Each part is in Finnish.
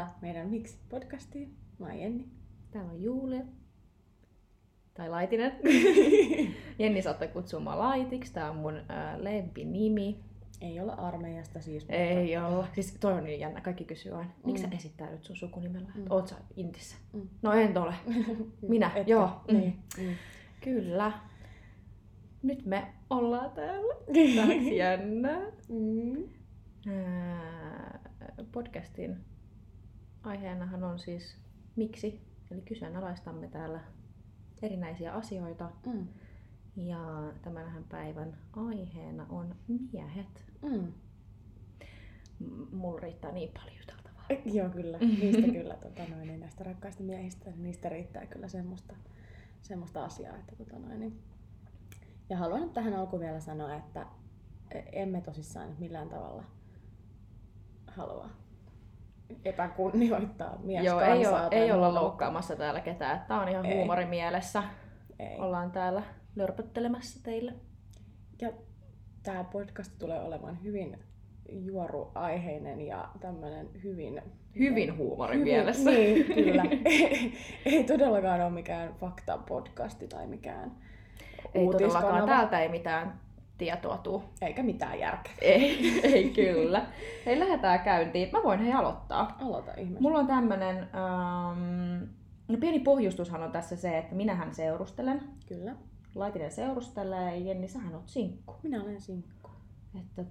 meidän Miksi-podcastiin. Mä oon Jenni. Täällä on Julia. Tai Laitinen. Jenni saattaa kutsua mua Laitiksi. Tää on mun lempinimi. Ei olla armeijasta siis. Mutta... Ei olla. Siis toi on niin jännä. Kaikki kysyy aina. Miksi sä esittäydyt sun sukunimellä? Oot sä Intissä? No en ole. Minä? Joo. Niin. Kyllä. Nyt me ollaan täällä. Vähäksi jännää. Podcastin aiheenahan on siis miksi, eli kyseenalaistamme täällä erinäisiä asioita. Ja tämänhän päivän aiheena on miehet. Mulla riittää niin paljon juteltavaa. Joo, kyllä. Niistä kyllä, niin näistä rakkaista miehistä, niistä riittää kyllä semmoista asiaa. Että, Ja haluan nyt tähän alkuun vielä sanoa, että emme tosissaan millään tavalla halua epäkunnioittaa mieskansaa. Joo, ei olla loukkaamassa täällä ketään. Tää on ihan huumorimielessä. Ei. Ollaan täällä lörpöttelemässä teille. Ja tää podcast tulee olemaan hyvin juoruaiheinen ja tämmönen hyvin huumorimielessä. Niin, kyllä. Ei todellakaan ole mikään fakta-podcasti tai mikään ei uutiskanava. Todellakaan. Täältä ei mitään tietoa tuu. Eikä mitään järkeä. Ei kyllä. Hei, lähdetään käyntiin. Mä voin aloittaa. Aloita ihmeessä. Mulla on tämmönen... No pieni pohjustushan on tässä se, että minähän seurustelen. Kyllä. Laitinen seurustelee ja Jenni, sähän oot sinkku. Minä olen sinkku. Että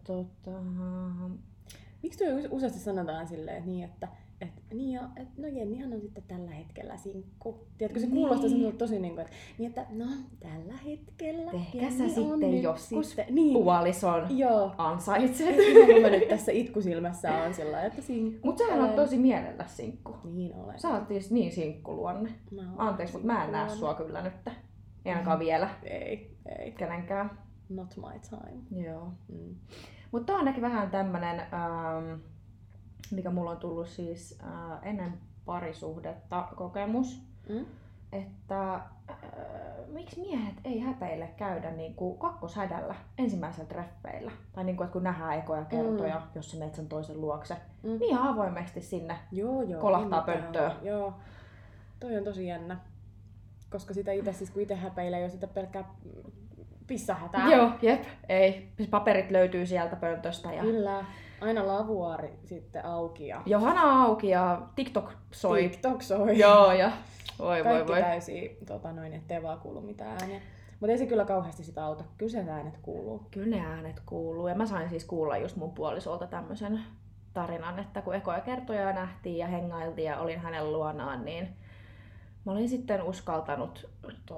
Miksi tuo useasti sanotaan silleen, että no Jennihan on sitten tällä hetkellä sinkku. Tiedätkö, se kuulostaa semmoiselta tosi että no tällä hetkellä ehkä Jenni sä on sitten joskus niin. puolison ansaitset. Mä nyt tässä itkusilmässä on sillä että sinkku. Mut sähän on tosi mielellä sinkku. Niin olen. Sä oot siis niin sinkkuluonne. Anteeksi, mutta mä en näe sua kyllä nyt. Ei ainakaan vielä. Ei. Kenenkään. Not my time. Joo. Mutta tää on ehkä vähän tämmönen, mikä mulla on tullut siis ennen parisuhdetta kokemus, että miksi miehet ei häpeille käydä niinku kakkoshädällä ensimmäisellä treffeillä. Tai niinku, että kun nähdään ekoja kertoja, jos sä menet sen toisen luokse, niin ihan avoimesti sinne kolahtaa pönttöön. Joo, toi on tosi jännä. Koska sitä itse, siis kun itse häpeilee jo sitä pelkkää pissahätää. Joo, jep, ei. Paperit löytyy sieltä pöntöstä. Ja... Kyllä. Aina lavuaari sitten auki. Ja... Johanna auki ja TikTok soi. Joo, ja voi. Kaikki täysiä, ettei vaan kuulu mitään ääniä. Mutta ei se kyllä kauheasti sitä auta. Kyllä se äänet kuuluu. Kyllä ne äänet kuuluu. Ja mä sain siis kuulla just mun puolisolta tämmöisen tarinan, että kun ekoja kertoja nähtiin ja hengailtiin ja olin hänen luonaan, niin mä olin sitten uskaltanut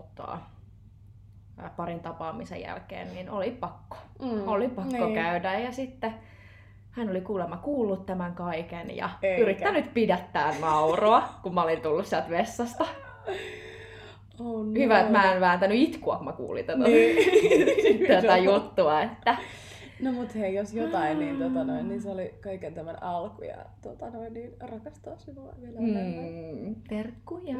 parin tapaamisen jälkeen, niin oli pakko. Oli pakko käydä ja sitten hän oli kuulemma kuullut tämän kaiken ja yrittänyt pidättää naurua, kun mä olin tullut sieltä vessasta. Oh no. Hyvä, että mä en vääntänyt itkua, kun mä kuulin tätä juttua. Että... No mut hei, jos jotain, niin se oli kaiken tämän alku ja niin rakastaa sinua vielä enemmän. Terkkuja.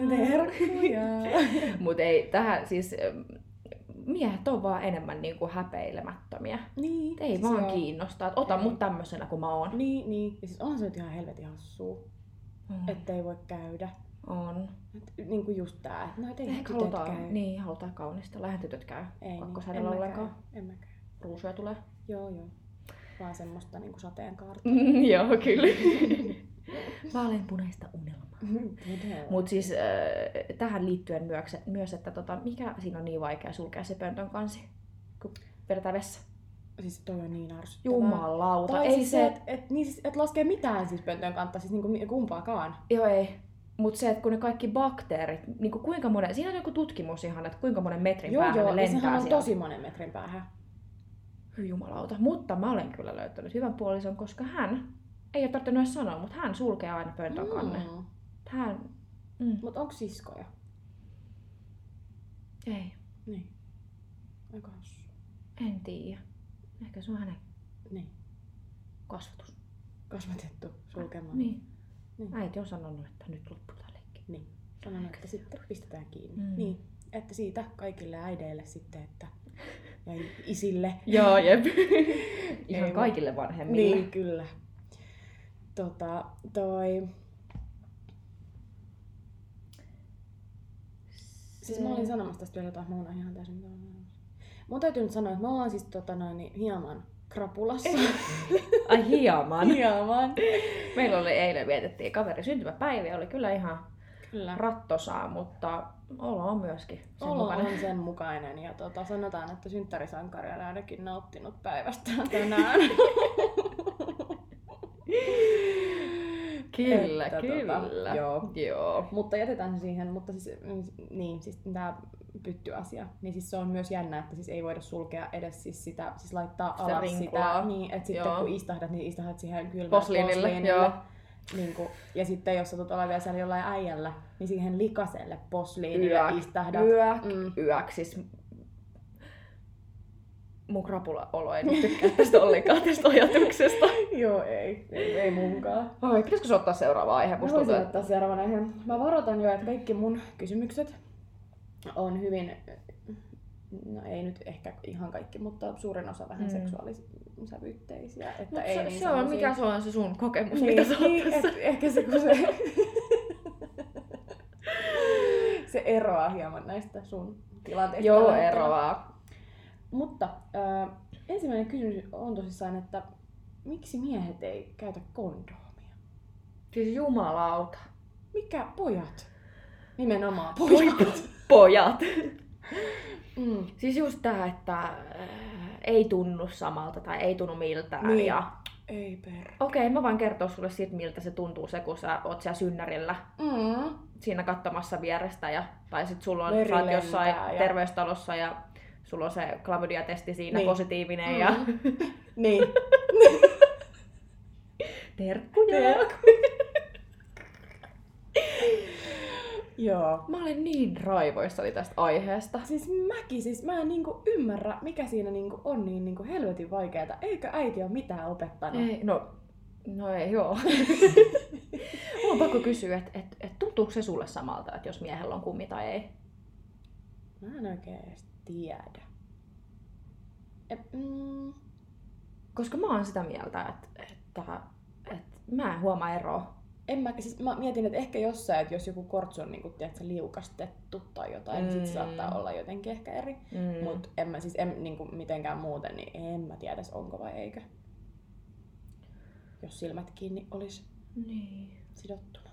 Mut ei, tähän siis... Miehet on vaan enemmän niinku häpeilemättömiä. Niin. Ei siis vaan kiinnostaa, että ota mut tämmösenä kuin mä oon. Niin. Ja siis onhan se nyt ihan helvetin hassua, ettei voi käydä. On. Niinku just tää, että no ei ehkä halutaan kaunistella. Eihän tytöt käy kakkoshädällä ollenkaan. En mäkään. Ruusuja tulee. Joo. Vaan semmoista niinku sateenkaarta. Joo, kyllä. Vaaleanpunaista unelmaa. Mut siis tähän liittyen myös että mikä siinä on niin vaikea sulkea se pöntön kansi, kun vedetään vessa? Siis toi on niin ärsyttävää. Jumalauta. Tai ei siis se, et laskee mitään siis pöntön kantta, siis niinku kumpaakaan. Joo, ei. Mut se, että kun ne kaikki bakteerit, niinku kuinka monen, siinä on joku tutkimus ihan, että kuinka monen metrin päähän ne lentää sehän on sieltä. tosi monen metrin päähän. Jumalauta. Mutta mä olen kyllä löytänyt hyvän puolison, koska hän, ei ole tarvinnut edes sanoa, mutta hän sulkee aina pöntön kannen. Mut onko siskoja? Ei. Niin. Aika hassu. En tiedä. Ehkä se on hänen kasvatettu sulkemaan. Niin. Äiti on sanonut, että nyt loppuu tää leikki. Niin. Sanonut, että sitten pistetään kiinni. Niin. Että siitä kaikille äideille sitten, että ja isille. Joo, jep. Ihan kaikille vanhemmille. Niin, kyllä. Siis mä olin sanomassa tästä vielä jotain, mä unohdin ihan täysin. Mun täytyy nyt sanoa, että me ollaan siis hieman krapulassa. Ai hieman? Hieman. Meillä oli eilen vietettiin kaveri syntymäpäivä, oli kyllä ihan rattosaa, mutta olo on myöskin sen mukainen. On sen mukainen ja sanotaan, että synttärisankari on ainakin nauttinut päivästään tänään. Kyllä, että, kyllä. Joo. Mutta jätetään se siihen, mutta siis tää pyttyasia, niin siis se on myös jännä, että siis ei voida sulkea edes siis sitä, siis laittaa sitä alas sitä, niin että sitten kun istahdat, niin istahdat siihen kylmään posliinille. Niin kuin, ja sitten jos satut olla vielä siellä jollain äijällä, niin siihen likaselle posliinille istahdat. Yök. Siis mun krapula-olo ei nyt tykkää tästä ollenkaan tästä ajatuksesta. Joo, ei munkaan. Oi, pitäisikö se ottaa seuraava aihe? Mä voisin ottaa seuraavan aiheen. Mä varoitan jo, että kaikki mun kysymykset on hyvin, no ei nyt ehkä ihan kaikki, mutta suurin osa vähän seksuaalisävytteisiä. Että ei niin se on, mikä se on se sun kokemus, mitä sä oot tässä? Ehkä se, kun se eroaa hieman näistä sun tilanteista. Joo, eroaa. Mutta ensimmäinen kysymys on tosissaan, että miksi miehet ei käytä kondoomia? Siis jumalauta. Mikä pojat? Nimenomaan pojat. Siis just tää, että ei tunnu samalta tai ei tunnu miltään. Niin. Ja ei per. Okei, mä voin kertoa sulle siitä, miltä se tuntuu se, kun sä oot siellä synnärillä siinä katsomassa vierestä. Tai sit sulla on, sä oot jossain terveystalossa ja sulla on se klamydia-testi siinä positiivinen. Ja niin. Terkkuja. Joo. Mä olen niin raivoissani tästä aiheesta. Siis mä en ymmärrä, mikä siinä on niin helvetin vaikeeta. Eikö äiti ole mitään opettanut? Ei, no ei joo. Mulla on pakko kysyä, että tuntuuko se sulle samalta, että jos miehellä on kummi tai ei? Mä en oikein edes tiedä. Koska mä oon sitä mieltä, että mä en huomaa eroa. Mä mietin, että ehkä jossain, että jos joku kortsu on liukastettu tai jotain, niin sit se saattaa olla jotenkin ehkä eri. Mutta en mitenkään muuten, niin en mä tiedä, onko vai eikö. Jos silmät kiinni olisi sidottuna.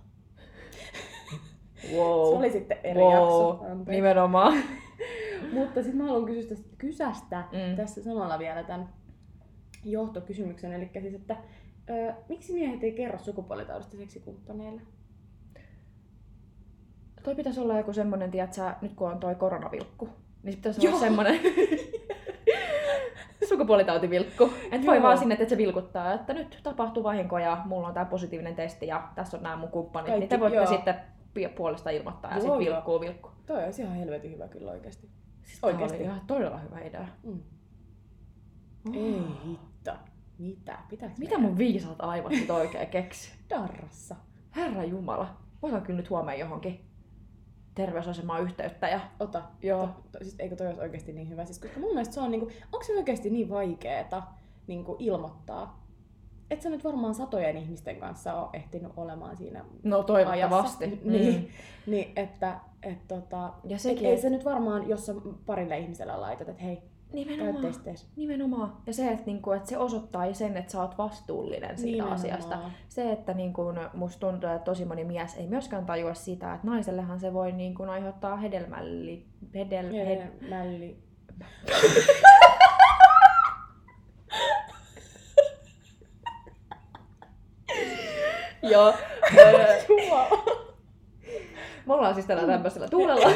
Wow. Se oli sitten eri jakso. Nimenomaan. Mutta sitten mä haluan kysästä tässä samalla vielä tämän johtokysymyksen. Eli siis, että miksi miehet ei kerro sukupuolitaudista seksikumppaneille? Toi pitäisi olla joku semmonen, tiiätsä, nyt kun on toi koronavilkku, niin se pitäisi olla semmonen sukupuolitautivilkku. Et voi vaan sinne, että se vilkuttaa, että nyt tapahtuu vahinko ja mulla on tää positiivinen testi ja tässä on nämä mun kumppanit. Kaikki, niin te voitte sitten puolesta ilmoittaa ja sitten vilkku. Toi olisi ihan helvetin hyvä kyllä oikeesti. Siis oikeesti ihan todella hyvä idea. Ei hitto. Mitä mun viisaat aivot nyt oikein keksi? Darrassa. Herra Jumala. Mä otan kyllä nyt huomenna johonkin terveysasemaan yhteyttä ja... Ota. Siis eikö toi olisi oikeesti niin hyvä? Siis, koska mun mielestä se on onko se oikeesti niin vaikeeta ilmoittaa? Et sä nyt varmaan satojen ihmisten kanssa ole ehtinyt olemaan siinä toivottavasti. Niin, että ja sekin, ei se nyt varmaan, jos sä parille ihmiselle laitat, että hei, Nimenomaan. Ja se, että se osoittaa sen, että sä oot vastuullinen siitä asiasta. Se, että musta tuntuu, että tosi moni mies ei myöskään tajua sitä, että naisellehan se voi aiheuttaa hedelmälli... Joo. Me ollaan siis tällä tämmöisellä tuulella.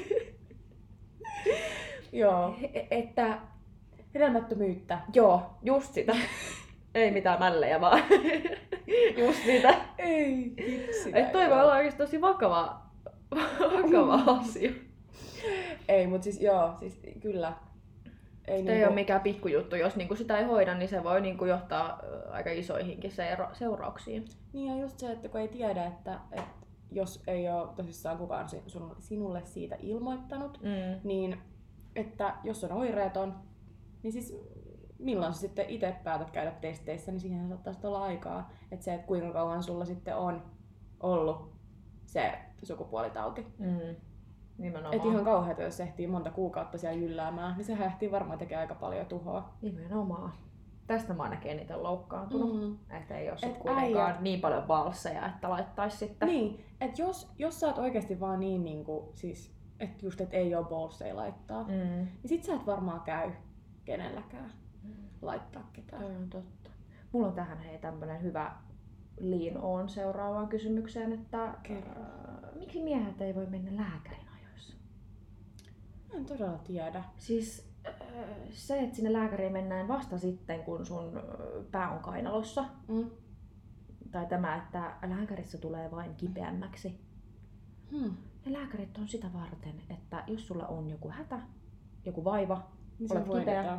Joo. Että hedelmättömyyttä. Joo, just sitä. Ei mitään mällejä vaan. Just sitä. Ei, vitsi. Että toi voi olla oikeesti tosi vakava asia. Ei, mut siis kyllä. Ei ole mikään pikkujuttu. Jos sitä ei hoida, niin se voi johtaa aika isoihinkin seurauksiin. Niin ja just se, että kun ei tiedä, että jos ei ole tosissaan kukaan sinulle siitä ilmoittanut, niin että jos on oireeton, niin siis milloin sä sitten itse päätät käydä testeissä, niin siihen saattaa sitten olla aikaa. Että se, että kuinka kauan sulla sitten on ollut se sukupuolitauti. Nimenomaan. Et ihan kauheata, jos se ehtii monta kuukautta siellä jylläämään, niin se ehtii varmaan tekee aika paljon tuhoa. Nimenomaan. Tästä mä ainakin eniten loukkaantunut. Että ei ole sit Et kuitenkaan niin paljon valsseja, että laittaisi sitten. Niin, että jos sä oot oikeesti vaan niin niinku, siis, että just et ei oo bolseja laittaa, niin sit sä et varmaan käy kenelläkään laittaa ketään. Toi on totta. Mulla on tähän tämmönen hyvä lean on seuraavaan kysymykseen, että miksi miehet ei voi mennä lääkärin ajoissa? Mä en todella tiedä. Siis se, että sinne lääkäriin mennään vasta sitten, kun sun pää on kainalossa. Tai tämä, että lääkärissä tulee vain kipeämmäksi. Ja lääkärit on sitä varten, että jos sulla on joku hätä, joku vaiva, niin olet kipeä.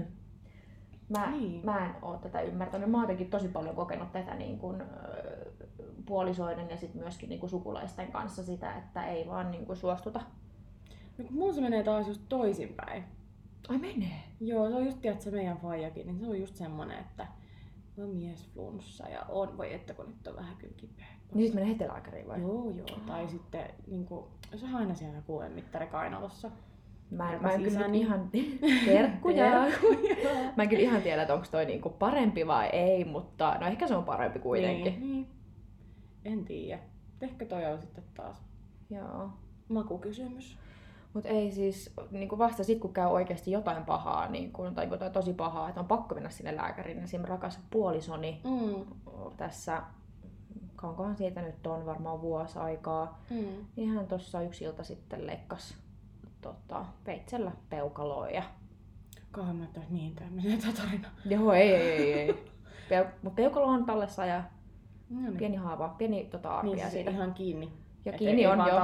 Mä en oo tätä ymmärtänyt. Mä oon jotenkin tosi paljon kokenut tätä niin kuin, puolisoiden ja sit myöskin niin kuin sukulaisten kanssa sitä, että ei vaan niin kuin suostuta. No kun mun se menee taas just toisinpäin. Ai menee? Joo, se on just se meidän faijakin, niin se on just semmonen, että on miesflunssa ja voi että kun nyt on vähän kyllä kipeä. Niin sit menee heti lääkäriin vai? Joo. Tai sitten niinku, se on aina siellä kuuemittari kainalossa. Mä en kyllä ihan terkkuja. Mä en kyllä ihan tiedä, että onko toi niinku parempi vai ei, mutta no ehkä se on parempi kuitenkin. Niin. En tiedä. Ehkä toi on sitten taas makukysymys. Mut ei siis, niinku vasta sit kun käy oikeesti jotain pahaa, niinku, tai jotain tosi pahaa, että on pakko mennä sinne lääkäriin, niin siinä rakas puolisoni tässä, kauankohan siitä nyt on varmaan vuosi aikaa, niin hän tossa yksi ilta sitten leikkasi veitsellä peukaloa. Kauan mä ajattelin, niin tää menee tää tarina. Joo, ei. Mut peukalo on tallessa ja pieni haava, pieni arpia niin, siitä. Ihan kiinni. Ja kiinni on jo.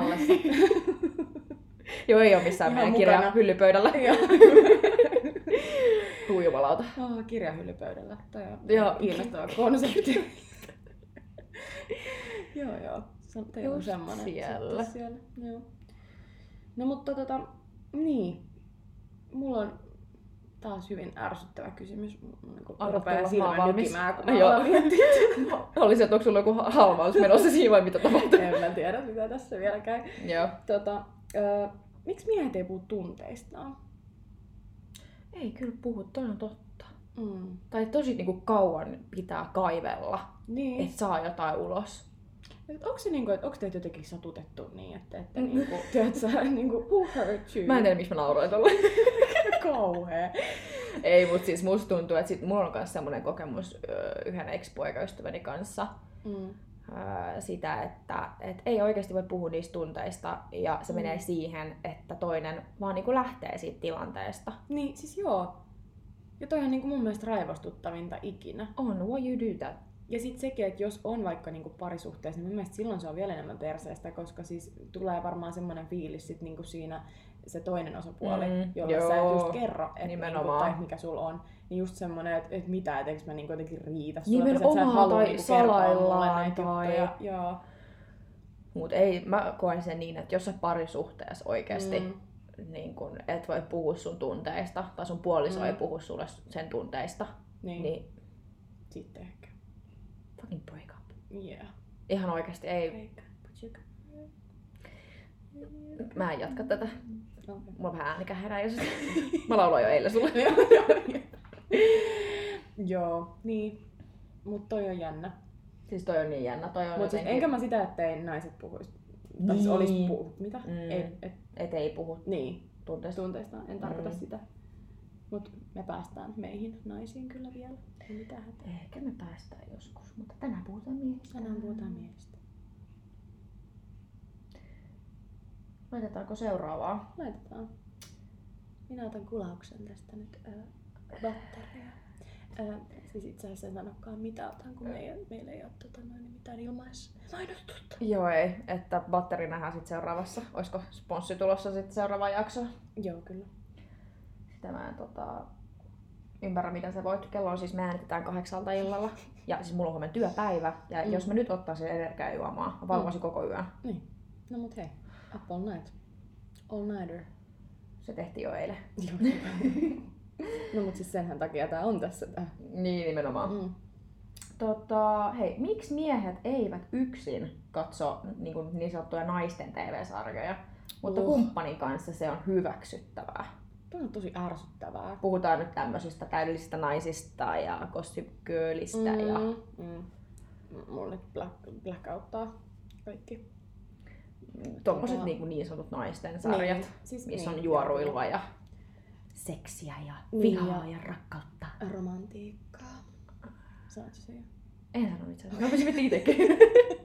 Joo, ei oo missään ihan meidän kirjahyllypöydällä. Huijumalauta. Kirjahyllypöydällä. Toi on kiinnostava konsepti. Joo. Se on semmonen. Siellä. Joo. No mutta niin. Mulla on taas hyvin ärsyttävä kysymys. Rupeaa silmän nykimään, kun mä mietin. Oli se, että onko sulla joku halvaus menossa siinä vai mitä tapahtuu? En mä tiedä, mitä tässä vielä käy. Joo. Miksi miehet ei puhu tunteistaan? Ei kyllä puhu, toi on totta. Tai tosi niinku kauan pitää kaivella, että saa jotain ulos. Onko se niinku, onko teitä jotenkin satutettu niin, että niinku, tiedätkö, niinku, who hurt you? Mä en tiedä, miksi mä nauroin tolle. Kauhea. Ei, mutta siis musta tuntuu, että mulla on myös semmoinen kokemus yhden ex-poikaystäväni kanssa. Sitä, että ei oikeasti voi puhua niistä tunteista ja se menee siihen, että toinen vaan niinku lähtee siitä tilanteesta. Niin, siis joo. Ja toi on niinku mun mielestä raivostuttavinta ikinä. On, why you do that? Ja sit sekin, että jos on vaikka niinku parisuhteessa, niin mun mielestä silloin se on vielä enemmän perseestä, koska siis tulee varmaan semmoinen fiilis sit niinku siinä se toinen osapuoli, jolle sä et just kerro, että niinku, tai mikä sulla on. Niin just semmonen, että mitä, et eikö mä niinku jotenkin riitä sulle, että sä et halua niinku kertoa mulle näitä juttuja. Joo. Mut ei, mä koen sen niin, että jos sä parisuhteessa oikeesti niin kun et voi puhua sun tunteista, tai sun puoliso ei puhu sulle sen tunteista, niin sitten ehkä. Fucking break up. Yeah. Ihan oikeesti ei. Mä en jatka tätä. Okay. Mulla on vähän äänikähänä jos mä lauloin jo eilen sulle. Joo, niin. Mut toi on jännä. Siis toi on niin jännä. Toi on mut jotenkin... enkä mä sitä, ettei naiset puhuisi. Niin. Olis mitä? Ei puhu niin. Tunteista. En tarkoita sitä. Mut me päästään meihin naisiin kyllä vielä. Ei mitään hätää. Ehkä me päästään joskus, mutta tänään puhutaan miehistä. Laitetaanko seuraavaa? Laitetaan. Minä otan kulauksen tästä nyt batteria. Siis itse asiassa en sanokaan mitä otan, kun meillä ei ole mitään ilmaismainostutta. Joo ei, että batteri nähdään sitten seuraavassa. Olisiko sponssi tulossa sitten seuraavaan jaksoon? Joo, kyllä. Sitä mä en ymmärrä mitä se voit. Kello on siis, me äänitetään 8 illalla. Ja siis mulla on huomenna työpäivä. Ja jos mä nyt ottaisin energiajuomaa, mä valvoisin koko yön. Niin. No mut hei, up all night. All nighter. Se tehtiin jo eilen. No mut siis senhän takia tää on tässä tää. Niin nimenomaan. Hei, miksi miehet eivät yksin katso niin sanottuja naisten TV-sarjoja? Mutta kumppanin kanssa se on hyväksyttävää. Tuo on tosi ärsyttävää. Puhutaan nyt tämmöisistä täydellisistä naisista ja Gossip Girlistä ja... Mulla nyt blackouttaa kaikki. Tommoset niin sanotut naisten sarjat, niin, siis missä on niin, juoruilua ja seksiä ja vihaa ja rakkautta. Romantiikkaa. Sanoitko se jo? En sano itse asiassa. Mä voisin miettiä itsekin.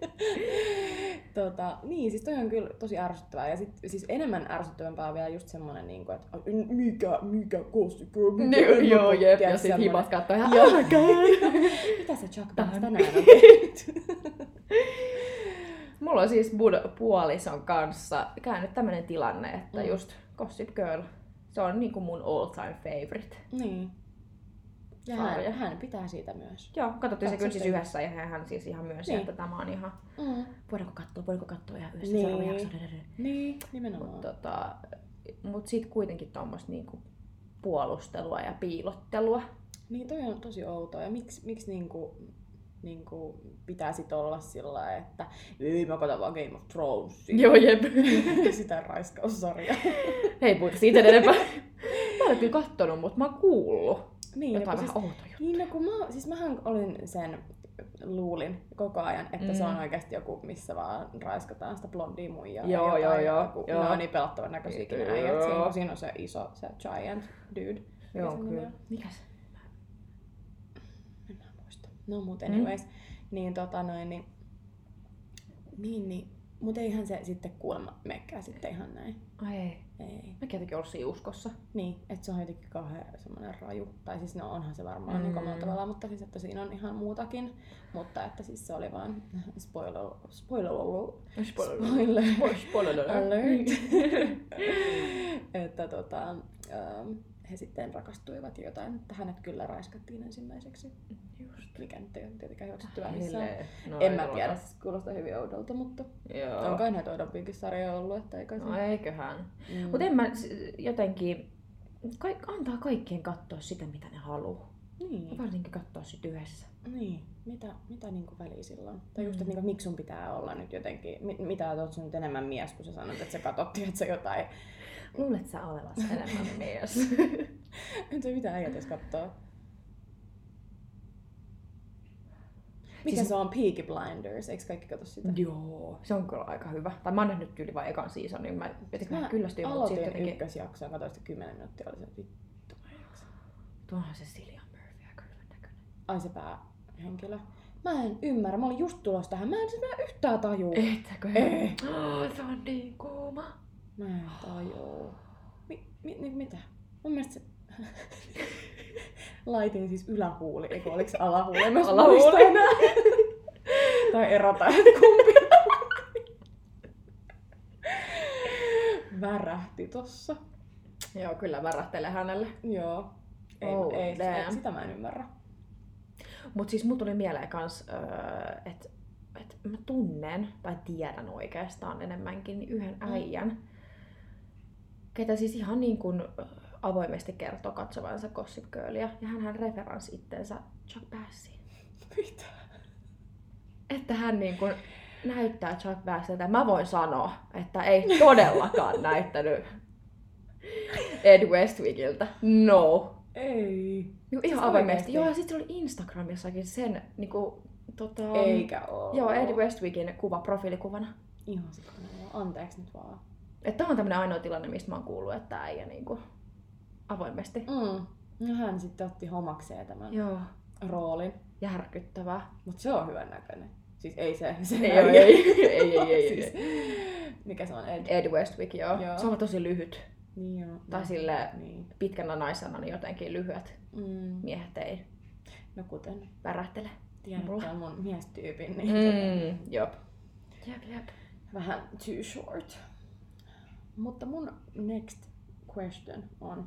Niin, siis toi on kyllä tosi ärsyttävää. Ja sit, siis enemmän ärsyttävämpää on vielä just semmonen, niinku, että mikä Gossip Girl, joo, jep, ja sit himas kattoo ihan mitä se Chuck Bass tänään on tehnyt? Mulla on siis puolison kanssa käynyt tämmönen tilanne, että just Gossip Girl, se on niinku mun all time favorite. Niin. Ja hän pitää siitä myös. Joo, katsottiin se kyllä siis yhdessä ja hän siis ihan myönsi, että tämä on ihan... Voidaanko katsoa ihan yhdessä seuraava jakso? Niin, nimenomaan. Mut sit kuitenkin tommoista niinku puolustelua ja piilottelua. Niin, toi on tosi outoa. Ja miksi niinku pitää sit olla sillä, että ei mä katson vaan Game of Thrones. Joo, jep. Sitä raiskaussarjaa. Hei puhuta siitä enempää. Mä olen kyllä kattonut, mutta mä oon kuullut. Niin, jotain vähän outoja juttuja. Niin, kun mähän luulin koko ajan, että se on oikeasti joku, missä vaan raiskataan sitä blondia muijaa. Joo. Ne on niin pelottavan näköisiäkin äijät. Siinä on se iso, se giant dude. Joo, kyllä. Mikä se? En mä muista. No mut anyways. Niin, mut eihän se sitten kuulemma mekkää sitten ihan näin. Ai ei. Ei. Mäkin jotenkin ollut siinä uskossa. Niin, että se on jotenkin kauhean semmoinen raju. Tai siis no onhan se varmaan niin omalla tavallaan, mutta siis että siinä on ihan muutakin. Mutta että siis se oli vaan spoiler alert. Että he sitten rakastuivat jotain, että hänet kyllä raiskattiin ensimmäiseksi. Just. Mikä nyt ei ole tietenkään hyväksyttyä missään. No, en mä tiedä, siis kuulostaa hyvin oudolta, mutta on kai näitä oudompiakin sarjoja ollut, että ei kai se... No eiköhän. Mutta en mä jotenkin... Antaa kaikkien katsoa sitä, mitä ne haluaa. Niin. Varsinkin katsoa sit yhdessä. Niin. Mitä niinku väliä silloin? Tai just, että niinku, miksi sun pitää olla nyt jotenkin... Mitä oot sun nyt enemmän mies, kun sä sanot, että sä katsottiin, että sä jotain... Luulet sä olevas enemmän mies? En tiedä, mitä äijät edes kattoo. Mikä siis... se on? Peaky Blinders, eikö kaikki katso sitä? Joo, se on kyllä aika hyvä. Tai mä oon nähnyt tyyli vain ekan seasonin, mä kyllästyin, mutta sitten jotenkin... ykkösjaksoa, katsoin sitä 10 minuuttia, oli se vittu mä jaksa. Tuohan se Cillian Murphy aika hyvän näköinen. Ai se päähenkilö. Mä en ymmärrä, mä olin just tulossa tähän, mä en yhtään tajuu. Ettäkö? Ei. Se on niin kuuma. Mä en tajuu. Mitä? Mun mielestä se... Laitin siis ylähuuli, eikö oliko se alahuuli? En mä muista enää. Tai erota, että kumpi. Värähti tossa. Joo, kyllä värähtelee hänelle. Joo. Ei, sitä mä en ymmärrä. Mut siis mut tuli mieleen kans, että mä tunnen, tai tiedän oikeastaan enemmänkin yhden äijän, ketä siis ihan niin kuin avoimesti kertoo katsovansa Gossip Girlia, ja hän referansi itteensä Chuck Bassiin. Mitä? Että hän niin kuin näyttää Chuck Bassilta, mä voin sanoa, että ei todellakaan näyttänyt Ed Westwickiltä. No. Ei. Joo, ihan avoimesti. Joo, ja sit se oli Instagramissakin sen niinku eikä oo. Joo, Ed Westwickin kuva profiilikuvana. Ihan sikana, joo. Anteeksi nyt vaan. Että tää on tämmönen ainoa tilanne, mistä mä oon kuullut, että äijä niinku avoimesti. No hän sitten otti homakseen tämän roolin. Järkyttävää. Mut se on hyvän näköinen. Siis ei se. Ei. Siis, mikä se on? Ed Westwick, joo. Se on tosi lyhyt. Niin joo. Tai sille pitkänä naisena niin jotenkin lyhyet miehet ei. No kuten värähtele. Tiedätkö mun miestyypin, niin Jop. Jep. Vähän too short. Mutta mun next question on,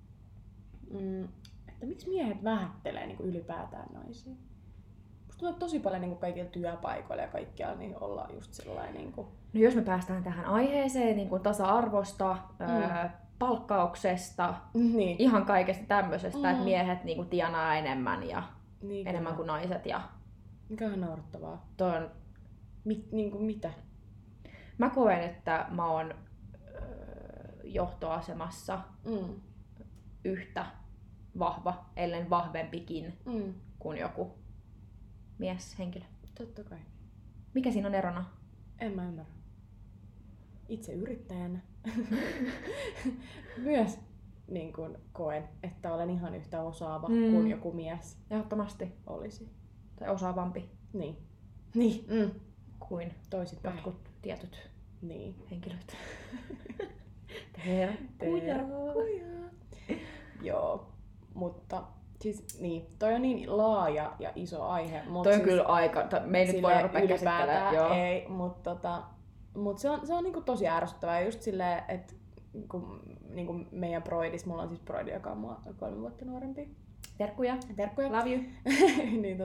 että miksi miehet vähättelee niin kuin ylipäätään naisia? Musta tuntuu, että tosi paljon niin kuin kaikilla työpaikoilla ja kaikkialla niin ollaan just sellainen. Niin kuin... No jos me päästään tähän aiheeseen niin kuin tasa-arvosta, palkkauksesta, ihan kaikesta tämmöisestä, että miehet niin kuin tienaa enemmän ja enemmän kuin naiset. Ja... Mikä on naurettavaa? Toi on... Niin kuin mitä? Mä koen, että mä oon johtoasemassa yhtä vahva, ellen vahvempikin kuin joku mieshenkilö. Totta kai. Mikä siinä on erona? En mä ymmärrä. Itse yrittäjänä myös niin kun koen, että olen ihan yhtä osaava kuin joku mies Ehdottomasti. olisi. Tai osaavampi Niin. kuin Toisinpäin. jotkut tietyt henkilöt. Terkkuja. Joo, mutta siis niin, toi on niin laaja ja iso aihe. Toi on siis, kyllä aika, me ei nyt voida rupea käsittelemään. Ei, mutta se on niinku tosi ärsyttävää just silleen, että niinku meidän broidis, mulla on siis broidi, joka on mua 3 vuotta nuorempi. Terkkuja. Love you. Niin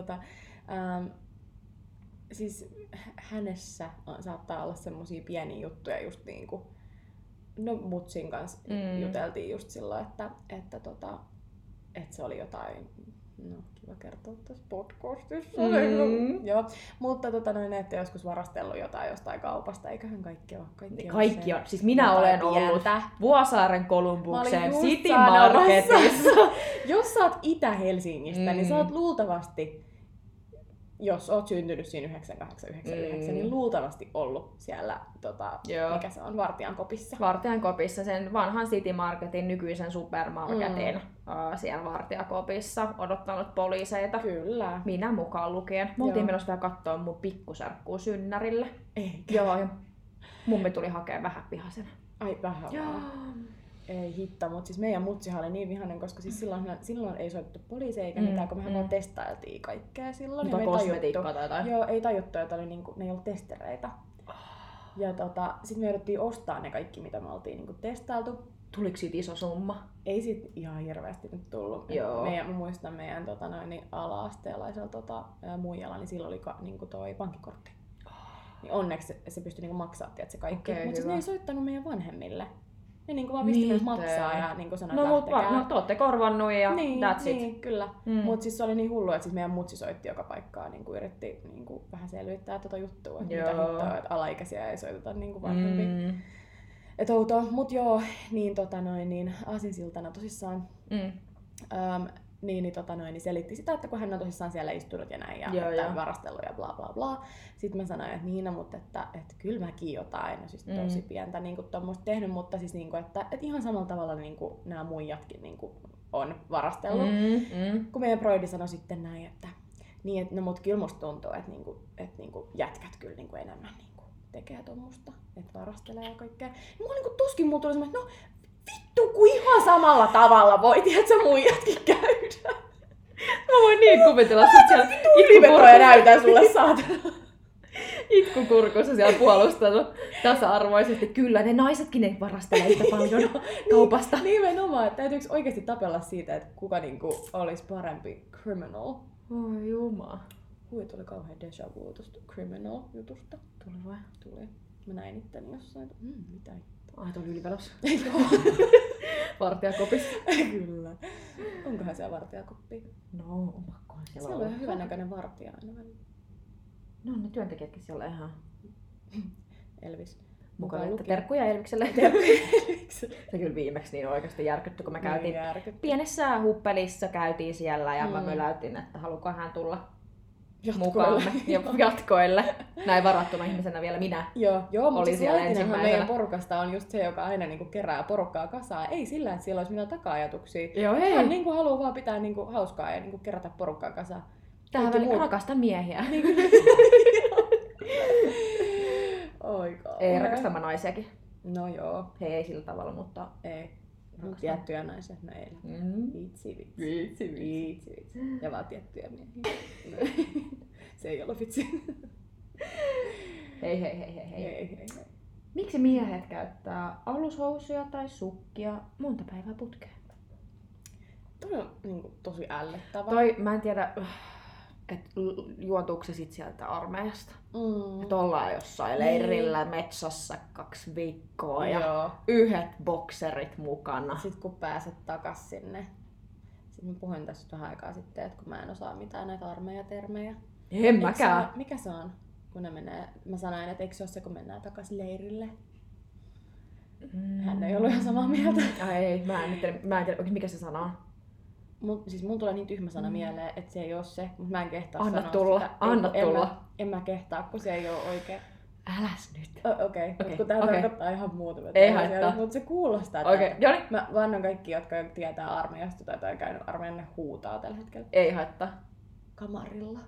siis hänessä saattaa olla semmosia pieniä juttuja just niinku, no mutsin kanssa juteltiin just silloin, että se oli jotain, no kiva kertoa tässä podcastissa. Joo, mutta että joskus varastellut jotain jostain kaupasta, eiköhän kaikki ole. Kaikki on. Siis minä olen ollut Vuosaaren Columbuksen City Marketissa. Jos sä oot Itä-Helsingistä, niin sä oot luultavasti, jos oot syntynyt siinä 98-99, niin luultavasti ollut siellä, mikä se on, Vartijankopissa. Vartijankopissa, sen vanhan City Marketin, nykyisen supermarketin, siellä Vartijakopissa, odottanut poliiseita. Kyllä. Minä mukaan lukien. Me oltiin menossa vielä katsoa mun pikkuserkkuu synnärille. Eikä. Joo, ja mummi tuli hakemaan vähän vihasena. Ai vähän vaan. Ei hitto, mutta siis meidän mutsihan oli niin vihainen, koska siis silloin ei soittu poliiseja eikä mitään, kun mehän vaan testailtiin kaikkea silloin. Mutta kosmetiikkaa tai jotain? Joo, ei tajuttu, että oli niinku, ne ei ollut testereitä. Ja sitten me jouduttiin ostaa ne kaikki, mitä me oltiin niinku testailtu. Tuliko siitä iso summa? Ei siitä ihan hirveästi nyt tullut. Mä muistan meidän ala-asteelaiselta muijalla, niin sillä oli niinku toi pankkikortti. Niin onneksi se pystyi niinku maksaa se kaikki. Mutta siis ne ei soittanut meidän vanhemmille. Ne niinku vaan pisti maksaa ja niinku sanoi, että lähtekää. No te ootte korvannut ja that's it. Niin, kyllä. Mut siis se oli niin hullu, että siis meidän mutsi soitti joka paikkaan, niinku yritti niinku vähän selvittää tota juttua, että mitä hittoa, että alaikäisiä ei soiteta niinku vanhempiin. Et outoa, mut joo, niin aasinsiltana tosissaan niin selitti sitä, että kun hän on tosissaan siellä istunut ja näin ja että varastellut ja bla bla bla. Sitten mä sanoin, että Niina, mutta että kyllä mäkin jotain, no siis tosi pientä niin tommoista tehnyt, mutta siis niinku, että ihan samalla tavalla niinku nämä muijatkin niinku on varastellut. Kun meidän broidi sanoi sitten näin, että niin, no mut kyllä musta tuntuu, että niinku jätkät kyllä niinku enemmän niinku tekee tommoista, että varastelee ja kaikkea. Mulla niinku tuskin mulla tuli semmoinen, että no vittu, kun ihan samalla tavalla voi, tiedätkö, muijatkin käydä. Mä voin niin kuvitella, että siellä itkukurkoja näytän sulle saatana. Itkukurkussa siellä puolustanut tasa-arvoisesti. Kyllä, ne naisetkin ei varastele yhtä paljon kaupasta. Nimenomaan, että täytyykö oikeasti tapella siitä, että kuka niinku olisi parempi criminal? Oi juma. Tuli kauhean déjà vu tuosta criminal-jutusta. Tuli vai? Tuli. Mä näin itteni jossain. Mitä? Ai, tuo oli Ylivenossa. Joo. Vartijakopissa. Kyllä. Onkohan siellä vartijakoppi? No, on pakkohan siellä on ihan hyvän näköinen vartija aina välillä. No, ne työntekijätkin siellä ihan. Elvis. Mukaan terkkuja Elvikselle. Se kyllä viimeksi niin oikeasti järkytty, kun me käytiin pienessä huppelissa käytiin siellä ja mä möläytin, että haluuko hän tulla mukaamme jatkoille. Näin varattuna ihmisenä vielä minä. Joo, mutta siis meidän porukasta on just se, joka aina niinku kerää porukkaa kasaan. Ei sillä, että siellä olisi mitään taka-ajatuksia. Hän niinku haluaa vaan pitää niinku hauskaa ja niinku kerätä porukkaa kasaan. Tähän rakasta miehiä. Ei rakasta mä naisiakin. No joo. He ei sillä tavalla, mutta ei. Tiettyjä naisia, no ei. Vitsi. Ja vaan tiettyjä miehiä. Se ei ollut vitsi. Hei. Miksi miehet käyttää alushousuja tai sukkia monta päivää putkeen? Toi on niin tosi ällöttävää. Mä en tiedä, että juontuuko se sit sieltä armeijasta. Että ollaan jossain leirillä metsässä 2 viikkoa ja yhdet bokserit mukana. Sitten kun pääset takas sinne. Sitten mä puhuin tässä vähän aikaa sitten, että kun mä en osaa mitään näitä armeijatermejä. En mäkään. Mikä se on? Kun ne menee, mä sanoin, että eikö se ole se, kun mennään takas leirille? Hän ei ollut ihan samaa mieltä. Ei, mä en tiedä mikä se sana on. Siis mun tulee niin tyhmä sana mieleen, että se ei oo se, mutta mä en kehtaa Anna sanoa tulla, sitä. anna tulla. En mä kehtaa, kun se ei oo oikein. Äläs nyt. Okei, kun tää tarkoittaa ihan muuta. Ei haittaa. Mutta se kuulostaa. Okei, Joni. Mä vannon kaikki, jotka tietää armeijasta tai on käynyt armeijan, ne huutaa tällä hetkellä. Ei haittaa. Kamarilla.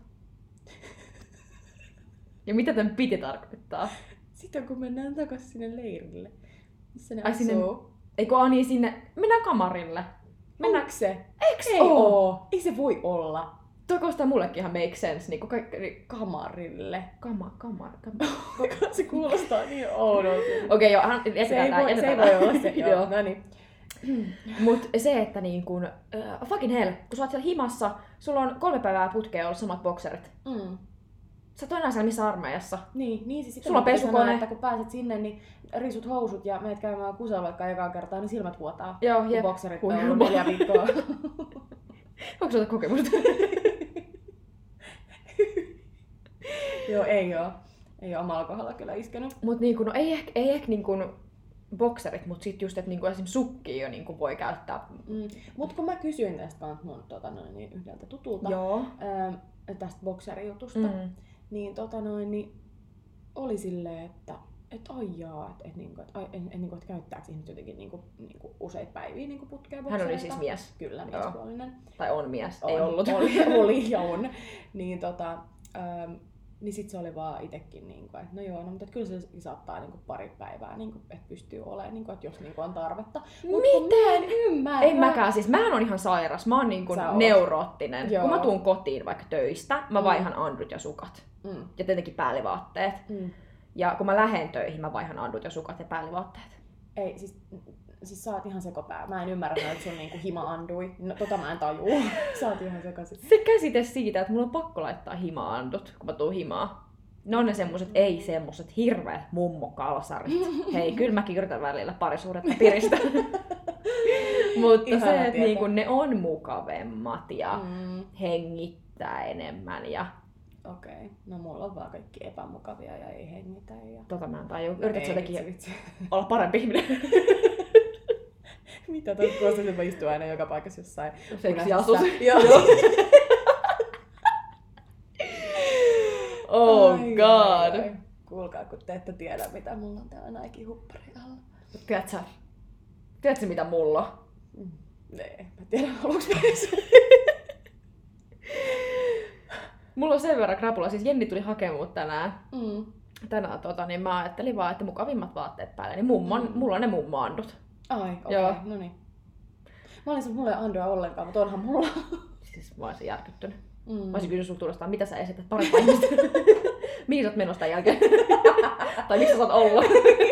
Ja mitä tän piti tarkoittaa? Sitten kun mennään takas sinne leirille. Missä ne Ai sinne... asuu. Eikö niin sinne... Mennään kamarille. Onko se? Eiks Ei oo. Ei se voi olla. Toi kuulostaa mullekin ihan make sense. Niin kaikki... Kamarille. Kamar. Se kuulostaa niin oudolta. Okei, joo. Se ei voi olla se. Joo, no niin. Mut se, että niin kun... fucking hell, kun sä oot siellä himassa, sulla on 3 päivää putkeen ollut samat bokserit. Sä oot enää siellä missä armeijassa. Niin siis sulla on pesukone. Että kun pääset sinne, niin risut housut ja meet käymään kusella vaikka ekaa kertaa, niin silmät vuotaa. Joo, kun bokserit on ollut 4 viikkoa. Onko sulla kokemusta? Joo, ei oo. Ei oo omalla kohdalla kyllä iskenyt. Mut niinku, no ei ehkä niinku bokserit, mut sit just, että niinku esimerkiksi sukkia jo niinku voi käyttää. Mut kun mä kysyin tästä mun yhdeltä tutulta, tästä bokserijutusta, niin niin oli silleen, että ai jaa, että käyttääkö ihmiset jotenkin niinku useita päiviä niinku putkea boksereita. Hän oli siis mies. Kyllä, miespuolinen. Tai on mies, ei ollut. Oli ja on. Niin niin sit se oli vaan itekin niinku, että no joo, no, mutta kyllä se saattaa niinku pari päivää, niinku, että pystyy olemaan, niinku, että jos niinku on tarvetta. Mut mä en ymmärrä. En mäkään, siis mähän on ihan sairas, mä oon niinku neuroottinen. Joo. Kun mä tuun kotiin vaikka töistä, mä vaihan andut ja sukat. Ja tietenkin päällivaatteet. Ja kun mä lähden töihin, mä vaihan andut ja sukat ja päällivaatteet. Ei, siis sä oot ihan sekopää. Mä en ymmärrä, että sun niinku hima-andui. No, mä en tajuu. Sä oot ihan sekaisin. Se käsite siitä, että mulla on pakko laittaa hima-andut, kun mä tuun himaa. Ne on ne semmoset hirveät mummokalsarit. Hei, kyllä mäkin yritän välillä parisuhdetta piristä. Mutta ihana se, että niinku, ne on mukavemmat ja hengittää enemmän. Ja... Okei. No mulla on vaan kaikki epämukavia ja ei hengitä. Ja... mä en tajua. Yrität jotenkin olla parempi ihminen. Mitä tuossa kuulostaa, että mä istun aina joka paikassa jossain seksiasussa. Joo. Oh god. Ai. Kuulkaa, kun te ette tiedä, mitä mulla on täällä Nike-huppari alla. Tiedätkö mitä mulla on? Nee, mä tiedän, haluanko mä edes. Mulla on sen verran krapula, siis Jenni tuli hakemaan mut tänään. Tänään niin mä ajattelin vaan, että mukavimmat vaatteet päälle, niin mulla on ne mummo-andut. Ai, okei, no niin. Mä olin mulla ei andoa ollenkaan, mutta onhan mulla. Siis mä olisin järkyttynyt. Mä olisin kysynyt sulta uudestaan, mitä sä esität parempaa ihmistä. Mihin sä oot menossa tämän jälkeen? Tai miksi sä oot ollut?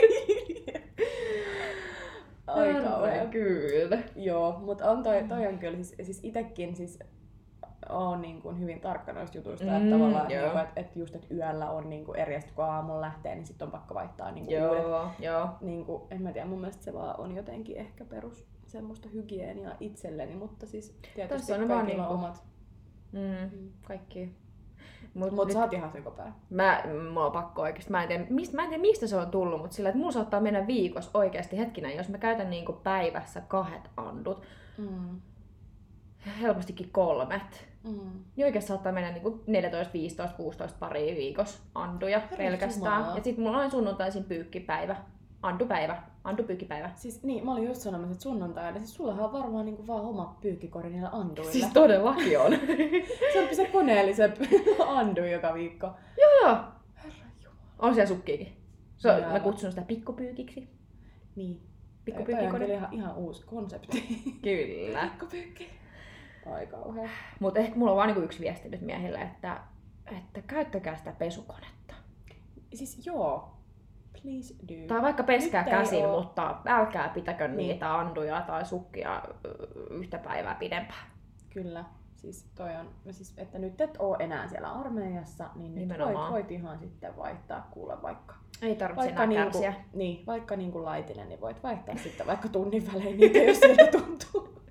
Ai kauhean. Kyllä. Joo, mutta on toi on kyllä, siis itekin siis on niin kuin hyvin tarkka noista jutuista, että tavallaan niin kuin, että just että yöllä on niin kuin eri ja kun aamulla lähtee, niin sitten on pakko vaihtaa niin kuin uudet. Niin kuin, en mä tiedä, mun mielestä se vaan on jotenkin ehkä perus semmoista hygieniaa itselleni, mutta siis tietysti on kaikilla on omat. Kaikki. Mut sä oot ihan sekopää. Mulla on pakko oikeesti. Mä en tiedä mistä se on tullut, mutta sillä, että mulla saattaa mennä viikossa oikeesti hetkinen, jos mä käytän niinku päivässä 2 andut. Helpostikin 3. Niin oikeesti saattaa mennä niinku 14, 15, 16 paria viikossa anduja pelkästään. Ja sit mulla on sunnuntaisin pyykkipäivä. Andupyykkipäivä. Siis niin, mä olin just sanomassa, että sunnuntaina, siis sullahan on varmaan niinku vaan oma pyykkikori niillä anduilla. Siis todellakin on. Se on se koneellisen andu joka viikko. Joo. Herranjumala. On siellä sukkiikin. Mä kutsun sitä pikkupyykiksi. Niin. Pikkupyykkikori. Toi on ihan uusi konsepti. Kyllä. Pikkupyykki. Ai kauhea. Mut ehkä mulla on vaan niinku yksi viesti nyt miehille, että käyttäkää sitä pesukonetta. Siis joo. Please do. Tai vaikka peskää käsin, mutta älkää pitäkö niitä anduja tai sukkia yhtä päivää pidempään. Kyllä. Siis toi on, siis, että nyt et oo enää siellä armeijassa, niin nyt voit ihan sitten vaihtaa kuule vaikka. Ei tarvitse enää kärsiä. Niin, vaikka niinku laitinen, niin voit vaihtaa sitten vaikka tunnin välein niitä, jos sieltä tuntuu.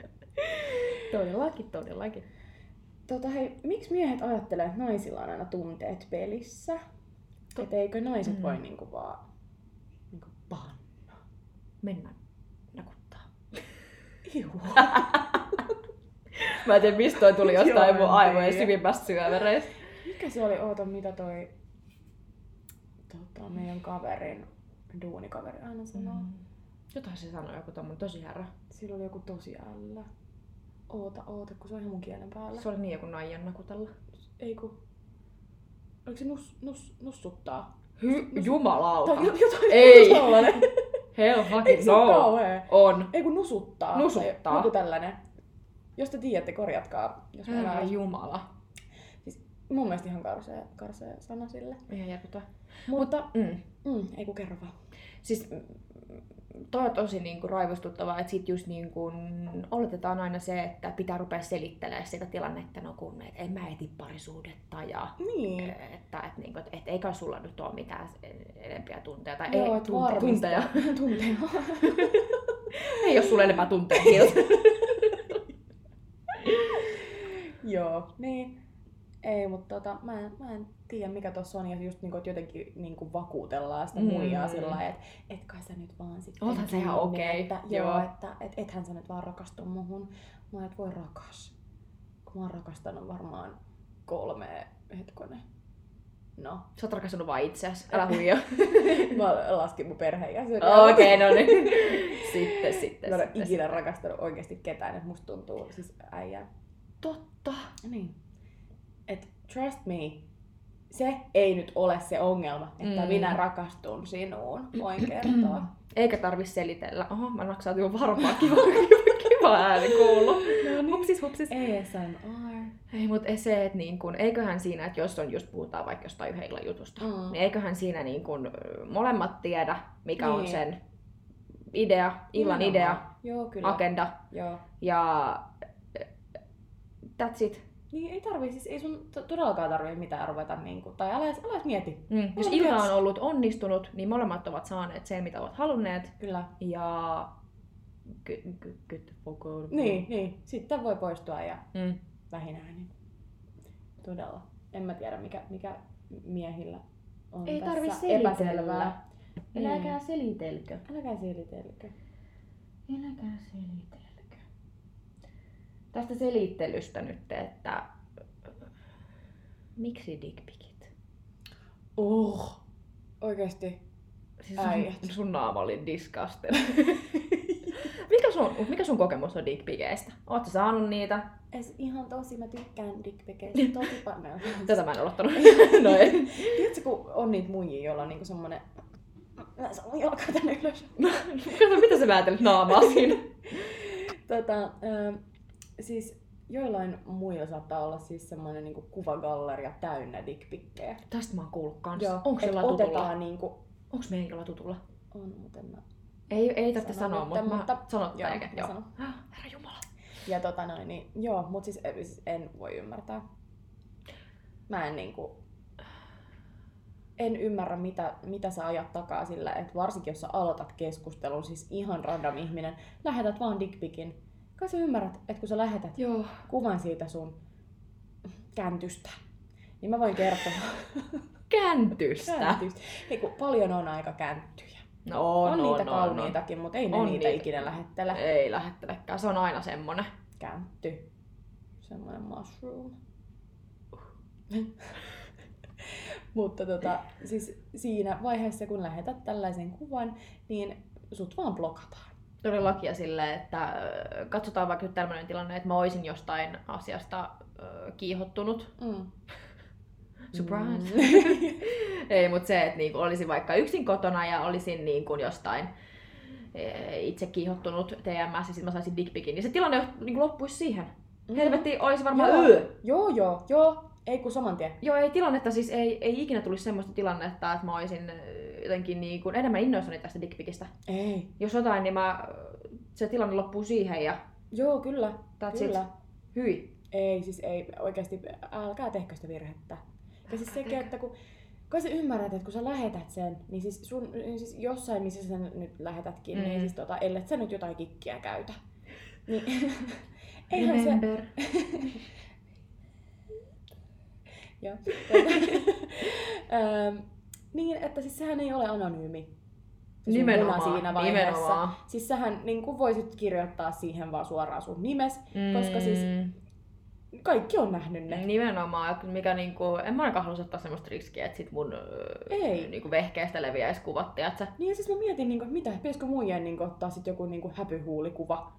Todellakin. Hei, miksi miehet ajattelee, että naisilla on aina tunteet pelissä? Et eikö naiset voi niinku vaan niinku panna? mennä nakuttaa. Juu. Mä en tiedä, mistä toi tuli jostain mun aivojen syvimmästä syövereistä. Mikä se oli? Oota, mitä toi meidän kaverin, duunikaveri aina sanoo. Jotain se sanoi, joku tommonen tosi härä. Sillä oli joku tosi ällä. Oota, kun se on ihan mun kielen päällä. Se oli niin joku naijan nakutella. Ei ku... Oliko se nussuttaa? Jumalauta! Jotain Ei! sellainen. Hell fucking Eikö se ole no! kauhea? On. Ei kun nusuttaa. Nusuttaa. Joku tällainen. Jos te tiedätte, korjatkaa. Jos Herra jumala. Siis mun mielestä ihan karsea sana sille. Ihan järkyttävää. Mutta, ei kun kerro vaan. Siis toi on tosi raivostuttavaa, että sit just oletetaan aina se, että pitää rupea selittelemään sitä tilannetta, no kun en mä eti parisuhdetta ja niin. että eikä sulla nyt ole mitään enempiä tunteja tai joo, tunteja. Tunteja. Ei oo sulla enempää tunteja. Joo, niin. Ei, mutta mä en tiedä mikä tossa on ja just että jotenkin vakuutellaan sitä muijaa sillä lailla, että et kai sä nyt vaan sitten. Oothan se ihan okei. Että, joo, että ethän sä nyt vaan rakastu muhun. Mä et voi rakas. Kun mä oon rakastanut varmaan 3 hetkonen. No. Sä oot rakastanut vaan itseäsi, älä huijaa. Mä laskin mun perheenjäsenen. Okei, no niin. Sitten. Mä en ole ikinä rakastanut oikeesti ketään, että musta tuntuu siis äijä. Totta. Niin. Et trust me, se ei nyt ole se ongelma, että minä rakastun sinuun, voin kertoa. Eikä tarvi selitellä. Oho, mä naksautin varmaan kiva ääni kuuluu. No niin. Hupsis. ASMR. Ei, mutta se, että eiköhän siinä, että jos on just puhutaan vaikka jostain yhden illan jutusta, niin eiköhän siinä molemmat tiedä, mikä on sen idea, illan idea, joo, kyllä. agenda. Joo. Ja that's it. Niin ei tarvii, siis ei sun todellakaan tarvii mitään ruveta tai älä edes mieti. Jos ilta on ollut onnistunut, niin molemmat ovat saaneet sen, mitä ovat halunneet. Kyllä. Ja niin. Sitten voi poistua ja vähinäänin. Todella. En mä tiedä mikä miehillä on ei tässä epäselvää. Äläkää selitelkö. Tästä selittelystä nyt, että miksi dickpikit? Oikeesti. Siis sun naama oli disgusting. Mikä sun kokemus on dickpikeistä? Oot sä saanut niitä? Ihan tosi, mä tykkään dickpikeistä tosi paljon. Tätä mä en odottanut. No ei. Tiedätkö, kun on niitä muijia, joilla on semmonen... Mä saan jalkaa tänne ylös. Kato, mitä sä väätelet naamaa siinä? Siis joillain muilla saattaa olla siis semmoinen kuvagalleria täynnä dickpikkejä. Tästä mä oon kuullut kans. Joo, onks jollain tutulla? Onks meidän jollain tutulla? On, mutta en mä... Ei tarvitse sanoa, mutta sanot joo, eikä. Joo. Herra Jumala. Ja joo, mut siis en voi ymmärtää. Mä en ymmärrä mitä sä ajat takaa sillä, että varsinkin jos sä aloitat keskustelun, siis ihan random ihminen, lähetät vaan dickpikin. Kai sä ymmärrät, että kun sä lähetät kuvan siitä sun käntystä, niin mä voin kertoa. Käntystä? Ei, kun paljon on aika känttyjä. On niitä kauniitakin, mutta ei ne niitä ikinä lähettele. Ei lähettelekään, se on aina semmonen. Käntty. Semmonen mushroom. Mutta siis siinä vaiheessa, kun lähetät tällaisen kuvan, niin sut vaan blokataan. Todellakin silleen, että katsotaan vaikka nyt tämmöinen tilanne, että mä oisin jostain asiasta kiihottunut. Surprise! Ei, mutta se, että olisin vaikka yksin kotona ja olisin jostain itse kiihottunut TMS ja sitten mä saisin dickpikin, niin se tilanne loppuisi siihen. Helvetti, olisi varmaan Joo. Ei kun saman tien. Joo, ei tilannetta, siis ei ikinä tulisi semmoista tilannetta, että mä olisin jotenkin enemmän innoissani tästä dickpikistä. Ei. Jos jotain, niin se tilanne loppuu siihen ja... Joo, kyllä. Kyllä. Hyi. Ei, siis ei oikeesti, älkää tehkö sitä virhettä. Ja siis sekin, että kun sä ymmärrät, että kun sä lähetät sen, niin siis jossain missä sä nyt lähetätkin, niin siis ellet sä nyt jotain kikkiä käytä. Niin eihän remember. Niin, että siis sehän ei ole anonyymi. sun Nimenomaan, muna siinä vaiheessa. nimenomaan. Siis sähän niin kuin voisit kirjoittaa siihen vaan suoraan sun nimes, koska siis kaikki on nähnyt ne. Nimenomaan, mikä niinku, en mä ainakaan halus ottaa semmoista riskiä, että sit mun niinku vehkeestä leviäisi kuvat, tiiätsä? Niin ja siis mä mietin, niinku, että mitä, pitäisikö muijien niinku, ottaa sit joku niinku häpyhuulikuva.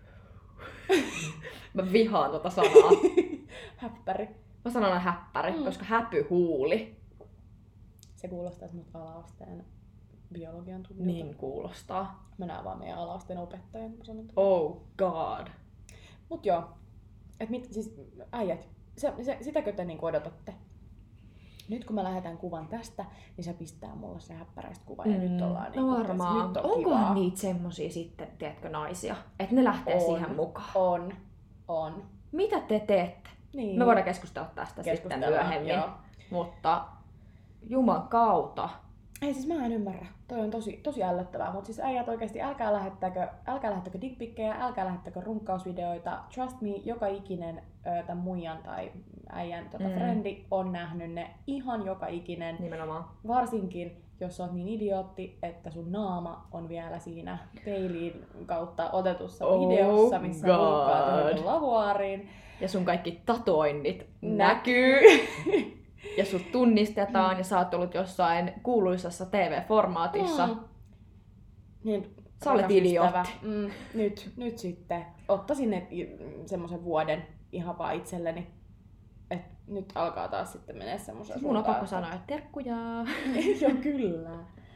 Mä vihaan tota sanaa. Häppäri. Mä sanon aina häppäri, koska häpyhuuli. Se kuulostaa semmoista ala-asteen biologian tunnilta. Niin kuulostaa. Mä näen vaan meidän ala-asteen opettajan. Oh god. Mut joo. Et siis äijät, sitäkö te niinku odotatte? Nyt kun mä lähetän kuvan tästä, niin se pistää mulle se häppäräistä kuva ja nyt ollaan no varmaan. Nyt on onkohan kivaa. niitä semmosia sitten, tiedätkö, naisia? Että ne lähtee siihen mukaan. On. Mitä te teette? Niin. Me voidaan keskustella tästä sitten myöhemmin. Joo. Mutta juman kautta. Ei siis mä en ymmärrä. Toi on tosi ällöttävää, mutta siis äijät oikeesti älkää lähettäkö dickpikkejä, älkää lähettäkö runkkausvideoita. Trust me, joka ikinen tämän muijan tai äijän frendi on nähnyt ne, ihan joka ikinen. Nimenomaan. Varsinkin, jos oot niin idiootti, että sun naama on vielä siinä peiliin kautta otetussa videossa, missä runkkaat johon lavuaariin. Ja sun kaikki tatoinnit näkyy. Ja sut tunnistetaan ja sä oot ollut jossain kuuluisassa TV-formaatissa. Niin, sä olet idiootti. Nyt sitten ottaisin ne semmoisen vuoden ihan vaan itselleni. Et nyt alkaa taas sitten menee semmoisen mun on pakko sanoa, että terkkuja. Joo, kyllä.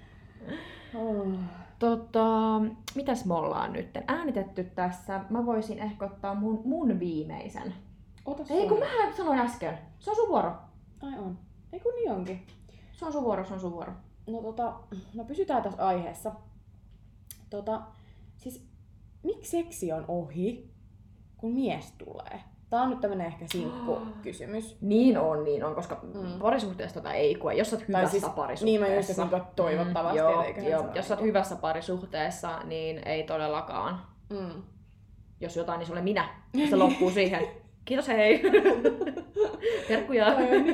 Mitäs me ollaan nyt äänitetty tässä? Mä voisin ehkä ottaa mun viimeisen. Ei kun mä sanoin äsken. Se on sun vuoro. Ai on. Ei kun niin onkin. Se on sun vuoro. No pysytään tässä aiheessa. Siis miksi seksi on ohi, kun mies tulee? Tää on nyt tämmönen ehkä sinkku-kysymys. Niin on, koska parisuhteessa ei koe. Jos sä oot hyvässä parisuhteessa. Niin mä just toivottavasti. Joo. Jos sä oot hyvässä parisuhteessa, niin ei todellakaan. Jos jotain, niin se olen minä. Se loppuu siihen. Kiitos, hei! Terkkuja!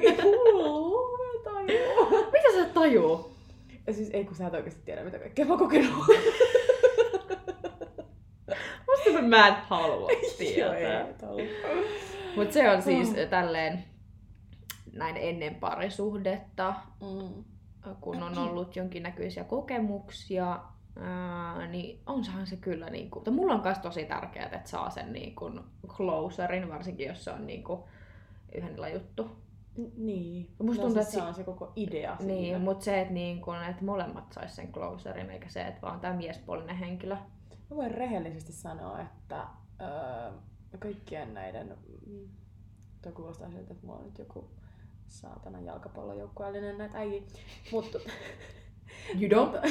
Mitä sä et tajuu? Ja siis ei kun sä et oikeesti tiedä mitä kaikkea mä kokenut. Musta mä en halua tietää. Mut se on siis tälleen näin ennen parisuhdetta, kun on ollut jonkinnäköisiä kokemuksia, niin onsahan se kyllä niinku, mutta mulla on myös tosi tärkeää, että saa sen niinku closerin, varsinkin jos se on niinku yhdellä juttu. Niin. Musta tuntuu, että se on se koko idea siinä. Niin, mutta se, että niinku, et molemmat sais sen closerin, eikä se, että vaan tää miespuolinen henkilö. Mä voin rehellisesti sanoa, että kaikkien näiden, toi kuulostaa siltä, että mulla on nyt joku saatana jalkapallojoukkueellinen näitä äijiä, mutta you don't.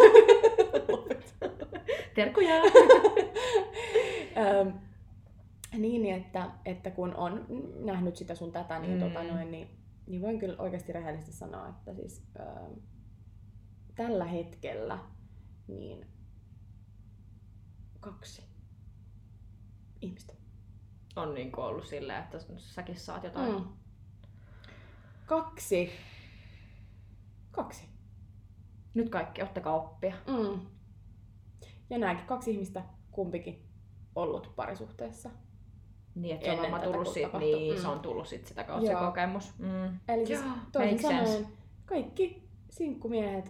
Terkkuja! Niin, että kun on nähnyt sitä sun tätä, niin, niin voin kyllä oikeasti rehellisesti sanoa, että siis tällä hetkellä niin 2 ihmistä on niinku ollut silleen, että säkin saat jotain. 2. Nyt kaikki, ottakaa oppia. Ja nämäkin 2 ihmistä kumpikin ollut parisuhteessa. Niin, että se on varmaan tullut siitä, se on tullut sit sitä kautta se kokemus. Eli siis toisin sanoen, kaikki sinkkumiehet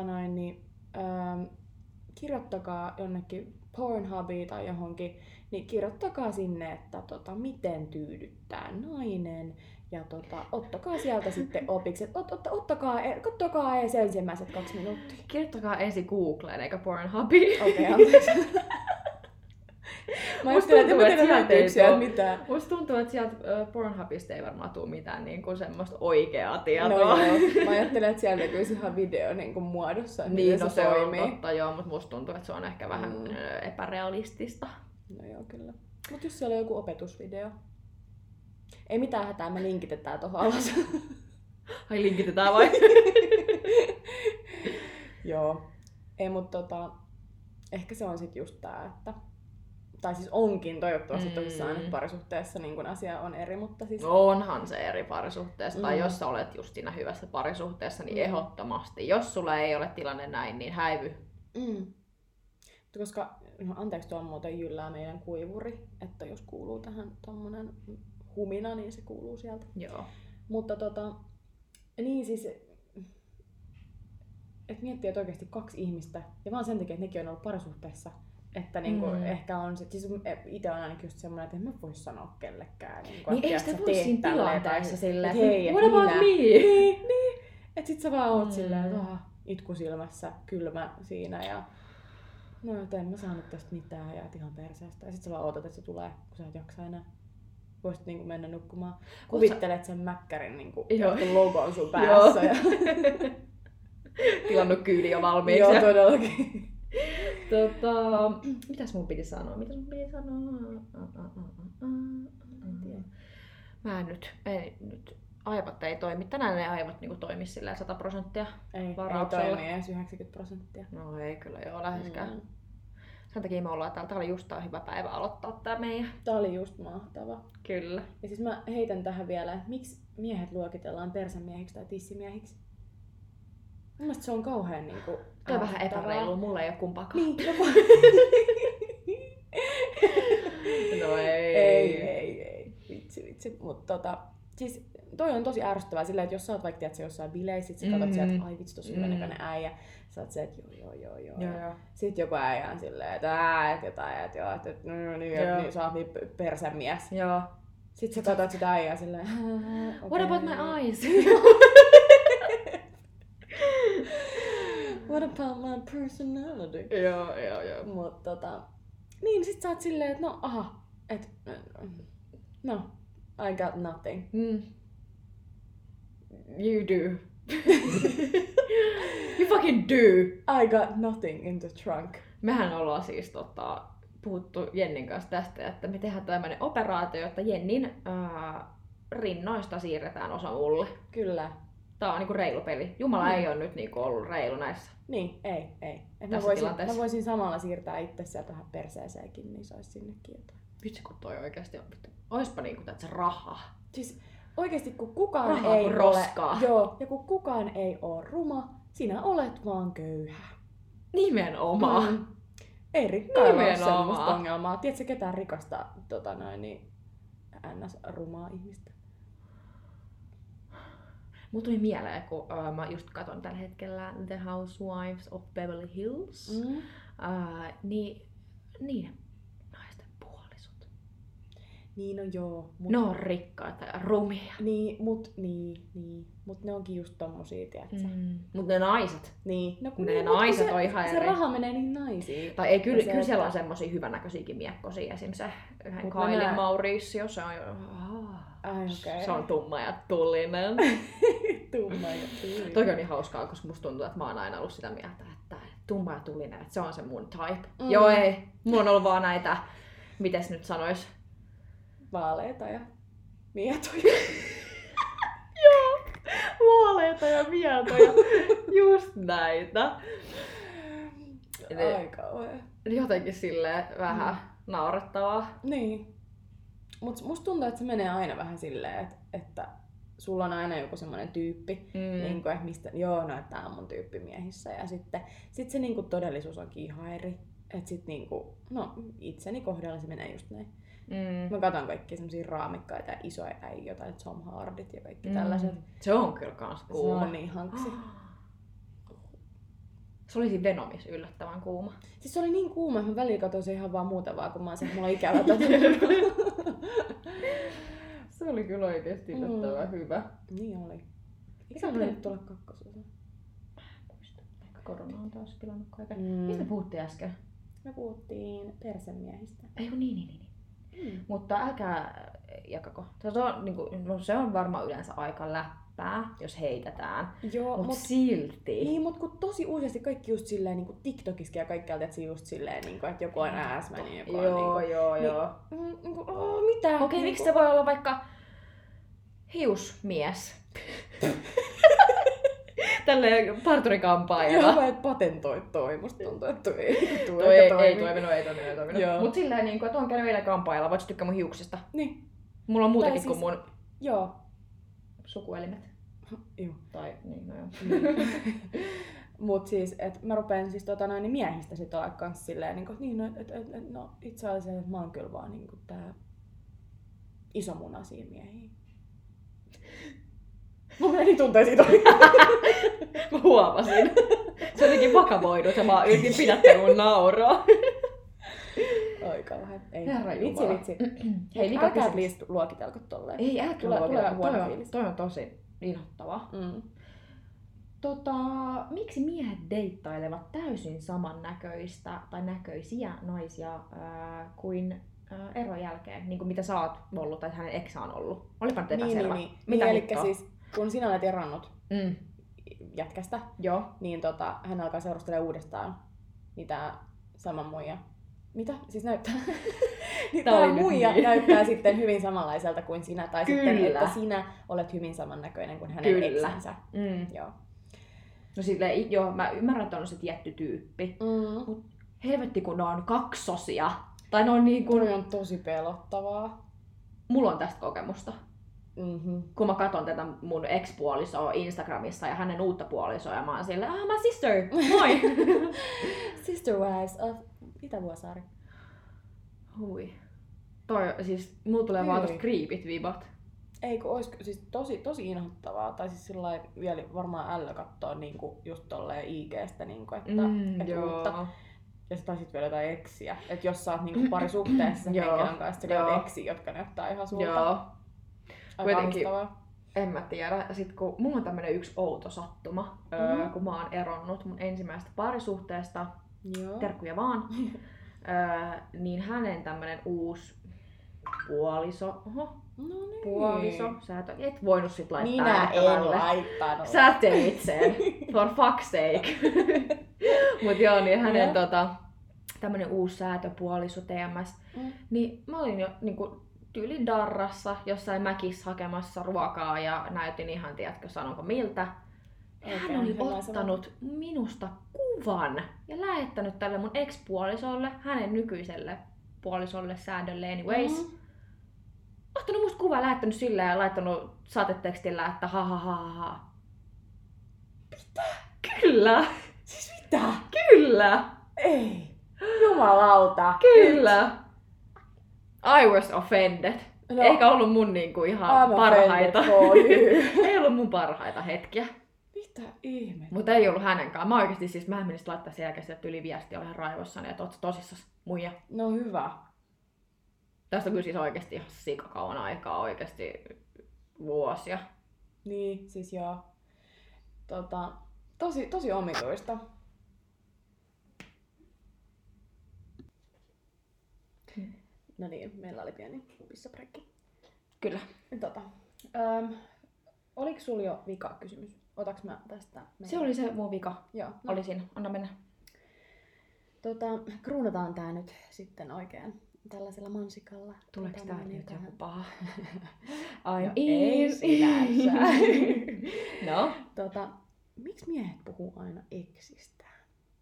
kirjoittakaa jonnekin Pornhubiin tai johonkin, niin kirjoittakaa sinne, että miten tyydyttää nainen. Ja ottakaa sieltä sitten opiksi, että katsokaa edes ensimmäiset 2 minuuttia. Kirjoittakaa ensin Googleen eikä Pornhubiin. Okei, anteeksi. Musta tuntuu, että sieltä Pornhubista ei varmaan tule mitään niinku semmoista oikeaa tietoa. No joo, mä ajattelen, että siellä näkyisi ihan video niinku muodossa, niin, se toimii. On totta, joo, mutta musta tuntuu, että se on ehkä vähän epärealistista. No joo, kyllä. Mut jos siellä on joku opetusvideo. Ei mitään hätää, me linkitetään tohon alas. Ai linkitetään vai? Joo. Ei, mutta ehkä se on sit just tää, että tai siis onkin toivottavasti tosissaan, että parisuhteessa niin kun asia on eri, mutta siis onhan se eri parisuhteessa. Tai jos sä olet just siinä hyvässä parisuhteessa, niin ehdottomasti. Jos sulla ei ole tilanne näin, niin häivy Koska, no anteeksi, tuo muuten jyllää meidän kuivuri, että jos kuuluu tähän tommonen humina, niin se kuuluu sieltä. Joo. Mutta niin siis, että miettii, että oikeasti 2 ihmistä, ja vaan sen takia, että nekin on ollut parisuhteessa, että niinku ehkä on sit, siis itse on ainakin just semmoinen, että en mä voi sanoa kellekään. Niinku, niin ei sitä voi siinä tilanteessa silleen, että hei, what about me? Niin. Että sit sä vaan oot silleen, että itku silmässä, kylmä siinä ja no en mä saanut tästä mitään ja ihan perseestä. Ja sit sä vaan ootat, että se tulee, kun sä et jaksa enää. Voisit niinku mennä nukkumaan. Kuvittelet sen mäkkärin niinku logon sun päässä. Ja tilannut kyydin jo valmiiksi. Joo, todellakin. Mitäs mun piti sanoa? En tiedä. Mä nyt aivot ei toimi. Tänään ne aivot niinku toimi silleen 100% varauksella. Ei toimi edes 90%. No ei kyllä joo läheskään. Sen takia me ollaan täällä. Tää oli just tää hyvä päivä aloittaa tää meidän. Tää oli just mahtava. Kyllä. Ja siis mä heitän tähän vielä, että miksi miehet luokitellaan persamiehiksi tai tissimiehiksi? Mun mielestä se on kauhean niinku... Toi on vähän epäreilua, mulla ei oo kumpaakaan. Niin, no ei. Vitsi. Mutta siis toi on tosi ärsyttävää silleen, että jos sä oot vaikka tiedät, jossain bileissä, sit sä katsot sieltä, että ai vitsi, tosi hyvän näköinen äijä. Sä oot se, että joo. Sitten joku äijä on silleen, että niin sä oot niin persemies. Joo. Sitten sä katsot sitä äijää silleen, what about my eyes? What about my personality? Joo. Mutta niin sit sä oot silleen, että I got nothing. You do. You fucking do. I got nothing in the trunk. Mehän ollaan siis puhuttu Jennin kanssa tästä, että me tehdään tämmönen operaatio, että Jennin rinnoista siirretään osa mulle. Kyllä. Tää on niinku reilu peli. Jumala ei ole nyt niinku ollut reilu näissä. Niin, ei. Mä voisin samalla siirtää itse sieltä vähän perseeseenkin, niin saisi sinnekin jotain. Vitsi kun toi oikeesti on. Oispa niinku tätä rahaa. Siis oikeesti kun kukaan rahaa ei ole roskaa. Joo, ja kun kukaan ei oo ruma, sinä olet vaan köyhä. Nimenomaan. Ei rikkailla ole semmoista ongelmaa. Tiedätkö ketään rikasta NS-rumaa ihmistä? Mulla tuli mieleen, kun mä just katon tällä hetkellä The Housewives of Beverly Hills, niin naisten puolisot. Niin, no joo. Ne on rikkaita ja rumia. Niin, mut ne onkin just tommosia, tiedätkö? Mut ne naiset. Niin. No, ne naiset on ihan eri. Se raha menee niin naisiin. Tai ei, kyllä siellä on semmosia hyvänäköisiäkin miekkosia. Esim. Se yhden Kylie Mauricio, se on jo... Se on tumma ja tullinen. Tumma ja tullinen. Toi on niin hauskaa, koska musta tuntuu, että mä oon aina ollut sitä mieltä, että tumma ja tullinen, että se on se mun type. Joo ei, mulla on ollut vaan näitä, mites nyt sanois? Vaaleita ja mietoja. Joo, vaaleita ja mietoja. Just näitä. Ai kauhea. Jotenkin silleen vähän naurettavaa. Niin. Mut musta tuntuu, että se menee aina vähän silleen, että sulla on aina joku semmoinen tyyppi, niin kuin, että mistä, että tää on mun tyyppi miehissä. Ja sitten se niin kuin todellisuus onkin ihan eri. Että sit niin kuin, itseni kohdalla se menee just näin. Mä katon kaikkia semmosia raamikkaita ja isoja äijöitä, jotain Tom Hardit ja kaikki tällaiset. Se on kyllä kans kuuma. Se on niin hanksi. Se oli siinä Venomissa yllättävän kuuma. Siis se oli niin kuuma, että mä välillä katsoin se ihan vaan muuten vaan, kun mä oon se, että mulla on ikävä tätä. Se oli kyllä oikeesti yllättävän hyvä. Niin oli. Eikö sä pitänyt tulla kakkososa? Muista. Ehkä korona on taas pilannut kaiken. Mistä me puhuttiin äsken? Me puhuttiin persemiehistä. Ei niin. Mutta älkää jakako. Se on varmaan yleensä aika läppää, jos heitetään. Joo, mut silti. Niin, mut kun tosi useasti kaikki just silleen niinku TikTokissa ja kaikkialta, että just silleen niinku, että joku on ass-man ja joku on Joo. Mitä? Okei, miksi se voi olla vaikka hiusmies? Tälleen parturikampaajalla. Joo, vai patentoit toi. Musta tuntuu, että toi ei toiminut. Mut silleen, niin että on käynyt eilen kampaajalla, voit tykkää mun hiuksista. Niin. Mulla on muutakin kuin mun joo. sukuelimet. Joo. Tai niin, no joo. Mut siis, että mä rupean siis niin miehistä sit olla kans silleen, no itse asiassa, että mä oon kyllä vaan niinku tää isomunaisia miehiä. Mä meni tunteisiin ohi. Mä huomasin. Se on jotenkin vakavoidut ja mä yritin pidättää mun nauroa. Oi kauhean. Ei. Herra Jumala. Vitsi. Hei, mikä älkää kysymys? please luokitelko tolleen. Ei, älkää Tulee huono fiilis. toi on tosi inhottavaa. Mm. Miksi miehet deittailevat täysin samannäköistä tai näköisiä naisia kuin eron jälkeen? Niin kuin mitä sä oot ollut tai hänen eksä on ollut. Olipa nyt epäselvä. Mitä elikkä siis, kun sinä olet eronnut Mm. jätkästä, Joo. niin hän alkaa seurustella uudestaan niitä saman muija. Mitä? Siis näyttää. Niin tämä muija niin. näyttää sitten hyvin samanlaiselta kuin sinä. Tai Kyllä. sitten, että sinä olet hyvin samannäköinen kuin hänen Kyllä. eksänsä. Mm. Joo. No silleen, joo, mä ymmärrän, että on se tietty tyyppi. Mut helvetti, kun ne on kaksosia. Tai ne on niin kuin... Toi on tosi pelottavaa. Mulla on tästä kokemusta. Mm-hmm. Kun mä katson tätä mun ex-puolisoa Instagramissa ja hänen uutta puolisoa ja mä oon silleen, my sister, moi! Sister Wives of Itä-Vuosaari. Hui. Siis mulla tulee vaan tosta creepit vibat. Ei kun ois siis tosi inhottavaa. Tai siis sillai vielä varmaan ällö kattoo niinku just tolleen IG:stä niinku, että uutta. Ja sit vielä jotain eksiä. Et jos sä oot niinku parisuhteessa sen henkilön kanssa, sä käyt eksiä, jotka näyttää ihan sulta. Joo. Aika ahdistavaa. En mä tiedä. Sit kun mulla on tämmönen yksi outo sattuma, kun mä oon eronnut mun ensimmäisestä parisuhteesta, terkkuja vaan, niin hänen tämmönen uusi puoliso, puoliso, sä et voinut sit laittaa minä en laittanut. Sä teit sen, for fuck's sake. Mut joo, niin hänen tämmönen uusi säätöpuoliso TMS, niin mä olin jo niinku tyyli darrassa jossain mäkissä hakemassa ruokaa ja näytin ihan, tiedätkö, sanonko miltä. Hän oli ottanut minusta kuvan ja lähettänyt tälle mun ex-puolisolle, hänen nykyiselle puolisolle Säädölle anyways. Ottanut musta kuvan, lähettänyt sille ja laittanut saatetekstillä, että ha ha ha ha. Mitä? Kyllä! Siis mitä? Kyllä! Ei! Jumalauta! Kyllä! I was offended. No, eikä ollut mun niinku ihan parhaita. Ei ollut mun parhaita hetkiä. Mitä ihmettä? Mutta ei ollut hänenkään. Mä oikeesti siis mä menin laittaa sen jälkeen sieltä yli viestiä, olen ihan raivossani, että oot tosissas muija. No hyvä. Tästä on kyllä siis oikeesti ihan sikakauan aikaa, oikeesti vuosia. Niin, siis joo. Tosi omituista. No niin, meillä oli pieni pissabreikki. Kyllä. Oliko sulla jo vika kysymys? Otaks mä tästä? Se oli se mun vika. Joo. No. Oli siinä. Anna mennä. Kruunataan tää nyt sitten oikein tällaisella mansikalla. Tuleeko tää nyt joku paha? I'm ei sinänsä. No? Miksi miehet puhuu aina eksistään?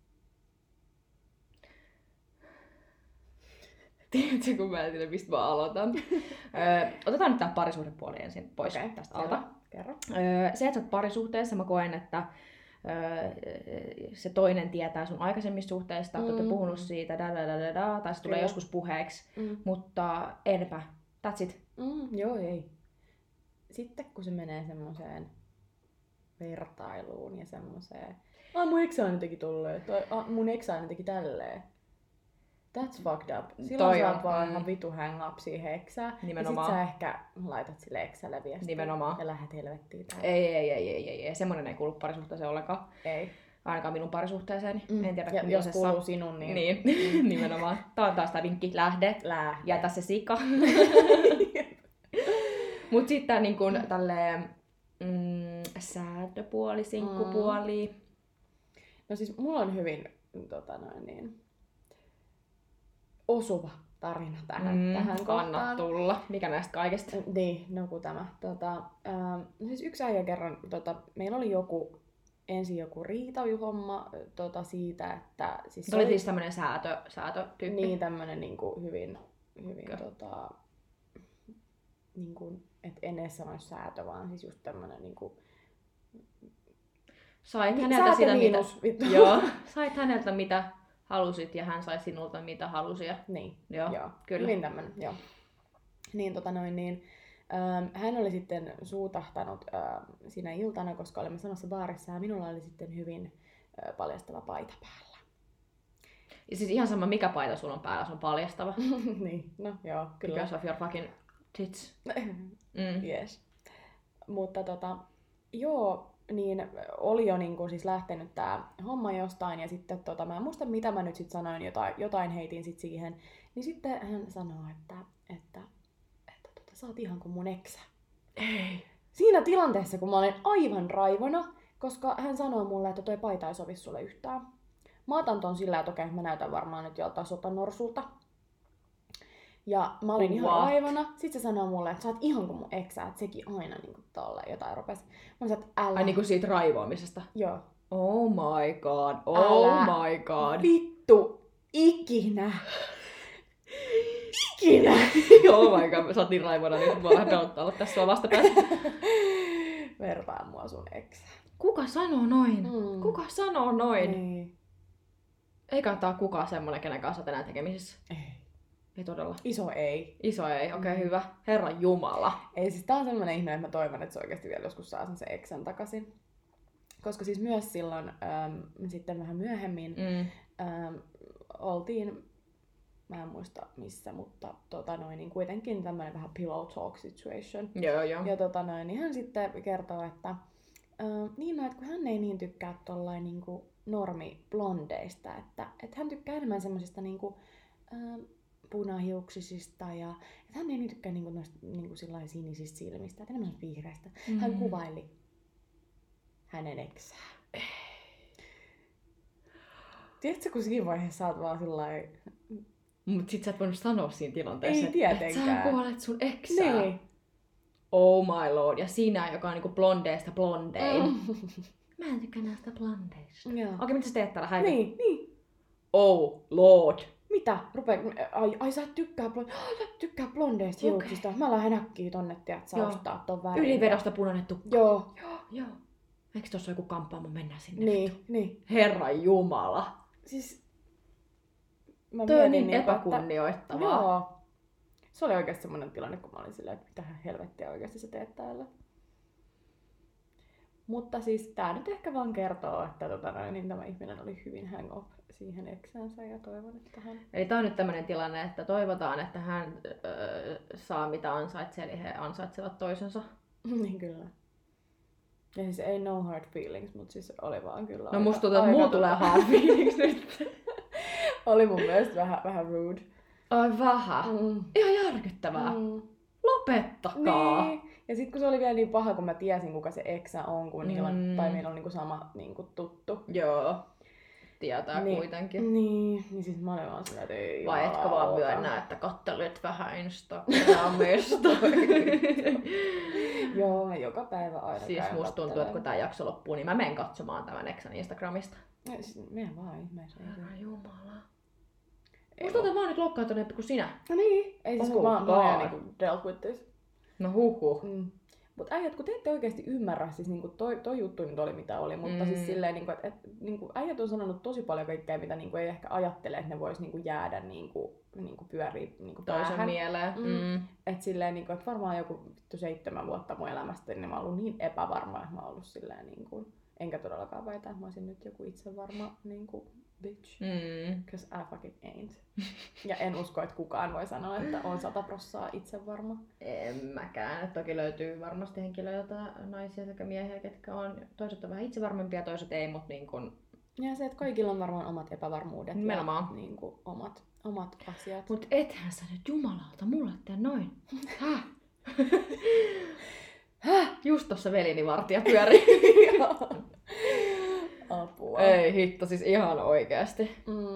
Tiedätkö, kun mä en tiedä, mistä mä aloitan. Otetaan nyt tää parisuhdepuoli ensin pois tästä alta. Kerro. Se, että sä oot parisuhteessa, mä koen, että se toinen tietää sun aikaisemmista suhteista, että olette puhunut siitä, tai se tulee joskus puheeksi, mutta enpä. That's it. Joo, ei. Sitten kun se menee semmoseen vertailuun ja semmoseen, mun eksä aina teki tolleen, tai mun eksä aina teki tälleen. That's fucked up. Silloin sä oot vaan ihan vitu hang up siihen eksään. Nimenomaan. Ja sit sä ehkä laitat sille eksälle viestiä. Nimenomaan. Ja lähdet helvettiin täällä. Ei. Semmonen ei kuulu parisuhteeseen ollenkaan. Ei. Ainakaan minun parisuhteeseeni. En tiedä, ja jos kuuluu sinun, niin... Nimenomaan. Tää on taas tää vinkki. Lähde. Jätä se sika. Mut sitten niin kun tälleen säätöpuoli, sinkkupuoli. No siis mulla on hyvin osuva tarina tähän kohtaan. Tulla. Mikä näistä kaikesta? Niin, no kun tämä. Siis yksi äijä kerran, meillä oli ensin joku riitaujuhomma siitä, että... Siis oli siis tämmönen säätötyyppi? Niin, tämmönen niinku hyvin niinku, et en edes sanoisi säätö, vaan siis just tämmönen niinku... Sait Niin, häneltä säätä sitä, miinus, vittu. Joo, sait häneltä mitä halusit ja hän sai sinulta mitä halusi. Niin, joo, kyllä. Hyvin tämmönen, joo. Niin, hän oli sitten suutahtanut siinä iltana, koska olimme samassa baarissa ja minulla oli sitten hyvin paljastava paita päällä. Ja siis ihan sama mikä paita sulla on päällä, se on paljastava. Niin, no joo, kyllä. Because of your fucking tits. Yes. Mutta joo, niin oli jo niinku siis lähtenyt tää homma jostain ja sitten mä en muista mitä mä nyt sit sanoin, jotain heitin sit siihen. Niin sitten hän sanoo, että sä oot ihan kuin mun eksä. Ei. Siinä tilanteessa, kun mä olin aivan raivona, koska hän sanoi mulle, että toi paita ei sovi sulle yhtään. Mä otan ton sillä, että okei, mä näytän varmaan nyt joltain sotanorsulta. Ja mä olin ihan raivona. Sitten se sanoi mulle, että sä oot ihan kuin mun eksä, että sekin aina niinku tolleen jotain rupesi. Mä sanoin, että älä. Ai niinku siitä raivoamisesta? Joo. Oh my god, my god. Vittu, ikinä. Ikinä. Oh my god, sä oot niin raivona, niin mua vähän pelottaa olla tässä sua vastapäässä. Vertaa mua sun eksään. Kuka sanoo noin? Kuka sanoo noin? Niin. Eikä tää kukaan semmonen, kenen kanssa oot enää tekemisissä. Ei. Ei todella. Iso ei. Iso ei, okei, hyvä. Herran Jumala. Ei, siis tää on semmonen ihme, että mä toivon, että se oikeesti vielä joskus saa sen eksän takaisin. Koska siis myös silloin sitten vähän myöhemmin oltiin, mä en muista missä, mutta niin kuitenkin tämmönen vähän pillow talk situation. Joo. Ja niin hän sitten kertoo, että että kun hän ei niin tykkää tollain niinku normiblondeista, että hän tykkää enemmän semmosista niinku punahiuksisista ja että hän ei niin tykkää niinku noista niinku sinisistä silmistä, että enemmän vihreistä. Hän kuvaili hänen eksää. Tiedätkö, kun siinä vaiheessa sä oot vaan sillai... Mut sit sä et voinut sanoa siinä tilanteessa, ei tietenkään. Sä kuvailet sun eksää. Niin. Oh my lord. Ja sinä, joka on niinku blondeista blondein. Mä en tykkää näistä blondeista. Okei, mitä sä teet täällä? Häivä. Niin. Oh lord. Mitä? Ai sä et tykkää blondeista hiuksista. Mä lähden äkkiä tonne, tiedät, sä ostaa ton värin. Ylivedosta punainen tukka. Joo. Eikö tossa ole joku kampaamo? Mennään sinne. Niin. Herran Jumala. Siis... Toi on niin epäkunnioittavaa. Joo. Se oli oikeesti semmonen tilanne, kun mä olin silleen, että mitähän helvettiä oikeesti sä teet täällä. Mutta siis tää nyt ehkä vaan kertoo, että niin tämä ihminen oli hyvin hang up siihen eksäänsä ja toivon, että hän... Eli tää on nyt tämmönen tilanne, että toivotaan, että hän saa mitä ansaitsee, eli he ansaitsevat toisensa. Niin kyllä. Ja siis ei no hard feelings, mutta siis oli vaan kyllä... No musta tuntuu, että muu tulee hard feelings nyt. Oli mun mielestä vähän rude. Ai vähän? Ihan järkyttävää. Lopettakaa! Niin. Ja sit kun se oli vielä niin paha, kun mä tiesin kuka se eksä on, kun tai meillä on niinku sama niinku tuttu. Joo. Tietää kuitenkin. Niin siis mä olin vaan sillä, että ei vai etkö vaan myönnä, että kattelit vähän Instagramista? Joo, joka päivä aina siis musta tuntuu, että kun tää jakso loppuu, niin mä menen katsomaan tämän eksän Instagramista. Mene vaan ihmeessä. Herra Jumala. Musta tuntuu, että mä oon nyt loukkaantuneempi kuin sinä. No niin. Ei siis kun mä oon niinku dealt with this. No huhhuh. Mut äijät, kun te ette oikeesti ymmärrä, siis niinku toi juttu nyt oli mitä oli, mutta siis silleen, niinku, että niinku, äijät on sanonut tosi paljon kaikkea, mitä niinku ei ehkä ajattele, että ne vois niinku jäädä niinku pyörii niinku toisen mieleen. Et silleen, niinku, että varmaan joku 7 vuotta mun elämästä, niin mä oon ollut niin epävarma, että mä oon ollut silleen, niinku, enkä todellakaan väitä, että mä olisin nyt joku itsevarma niinku bitch. Cause I fucking ain't. Ja en usko, että kukaan voi sanoa, että on 100% itsevarma. En mäkään. Et toki löytyy varmasti henkilöitä, naisia sekä miehiä, ketkä on. Toiset on vähän itsevarmempia, toiset ei, mutta niin kun... Ja se, että kaikilla on varmaan omat epävarmuudet ja niin kuin omat asiat. Mut ethän sä nyt jumalauta mulle tee noin. Häh? Just tossa velini vartija pyöri. Apua. Ei hitto, siis ihan oikeasti.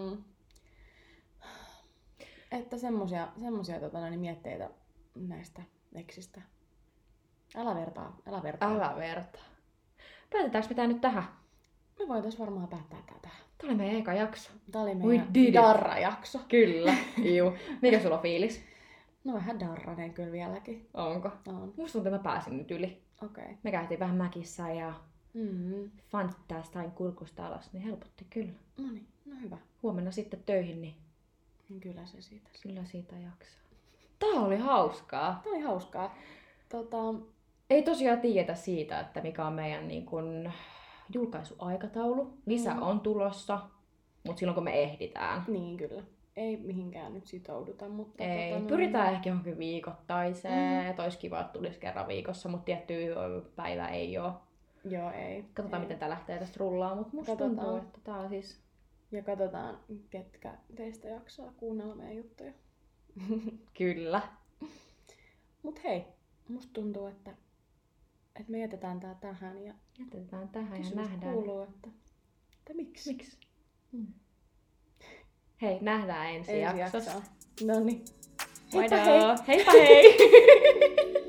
Että semmosia mietteitä näistä eksistä. Älä vertaa. Älä vertaa. Päätetäänkö me tää nyt tähän? Me voitais varmaan päättää tätä. Tää oli meidän eka jakso. Tää oli meidän darra-jakso. Kyllä, juu. Mikä sulla on fiilis? No vähän darranen kyllä vieläkin. Onko? On. Musta tuntuu, että mä pääsin nyt yli. Okei. Me käytiin vähän mäkissä ja fantastain kurkusta alas, niin helpotti kyllä. No niin, no hyvä. Huomenna sitten töihin, niin Kyllä se siitä. kyllä siitä jaksaa. Tää oli hauskaa. Tämä oli hauskaa. Ei tosiaan tiedetä siitä, että mikä on meidän niin kun, julkaisuaikataulu. Lisää on tulossa, mutta silloin kun me ehditään. Niin kyllä. Ei mihinkään nyt sitouduta, mutta... Ei, pyritään ehkä johonkin viikoittaiseen. Että olisi kiva, että tulisi kerran viikossa, mutta tiettyä päivä ei ole. Joo, ei. Katsotaan, ei. miten tää lähtee tästä rullaa, mutta musta tuntuu, että tää on siis... Ja katsotaan, ketkä teistä jaksaa kuunnella meidän juttuja. Kyllä. Mut hei, musta tuntuu, että me jätetään tää tähän ja Jätetään tähän ja kysymys nähdään. kuuluu, että miksi? Miksi? Hei, nähdään ensi jaksossa. Noniin. Heippa hei! Heippa hei!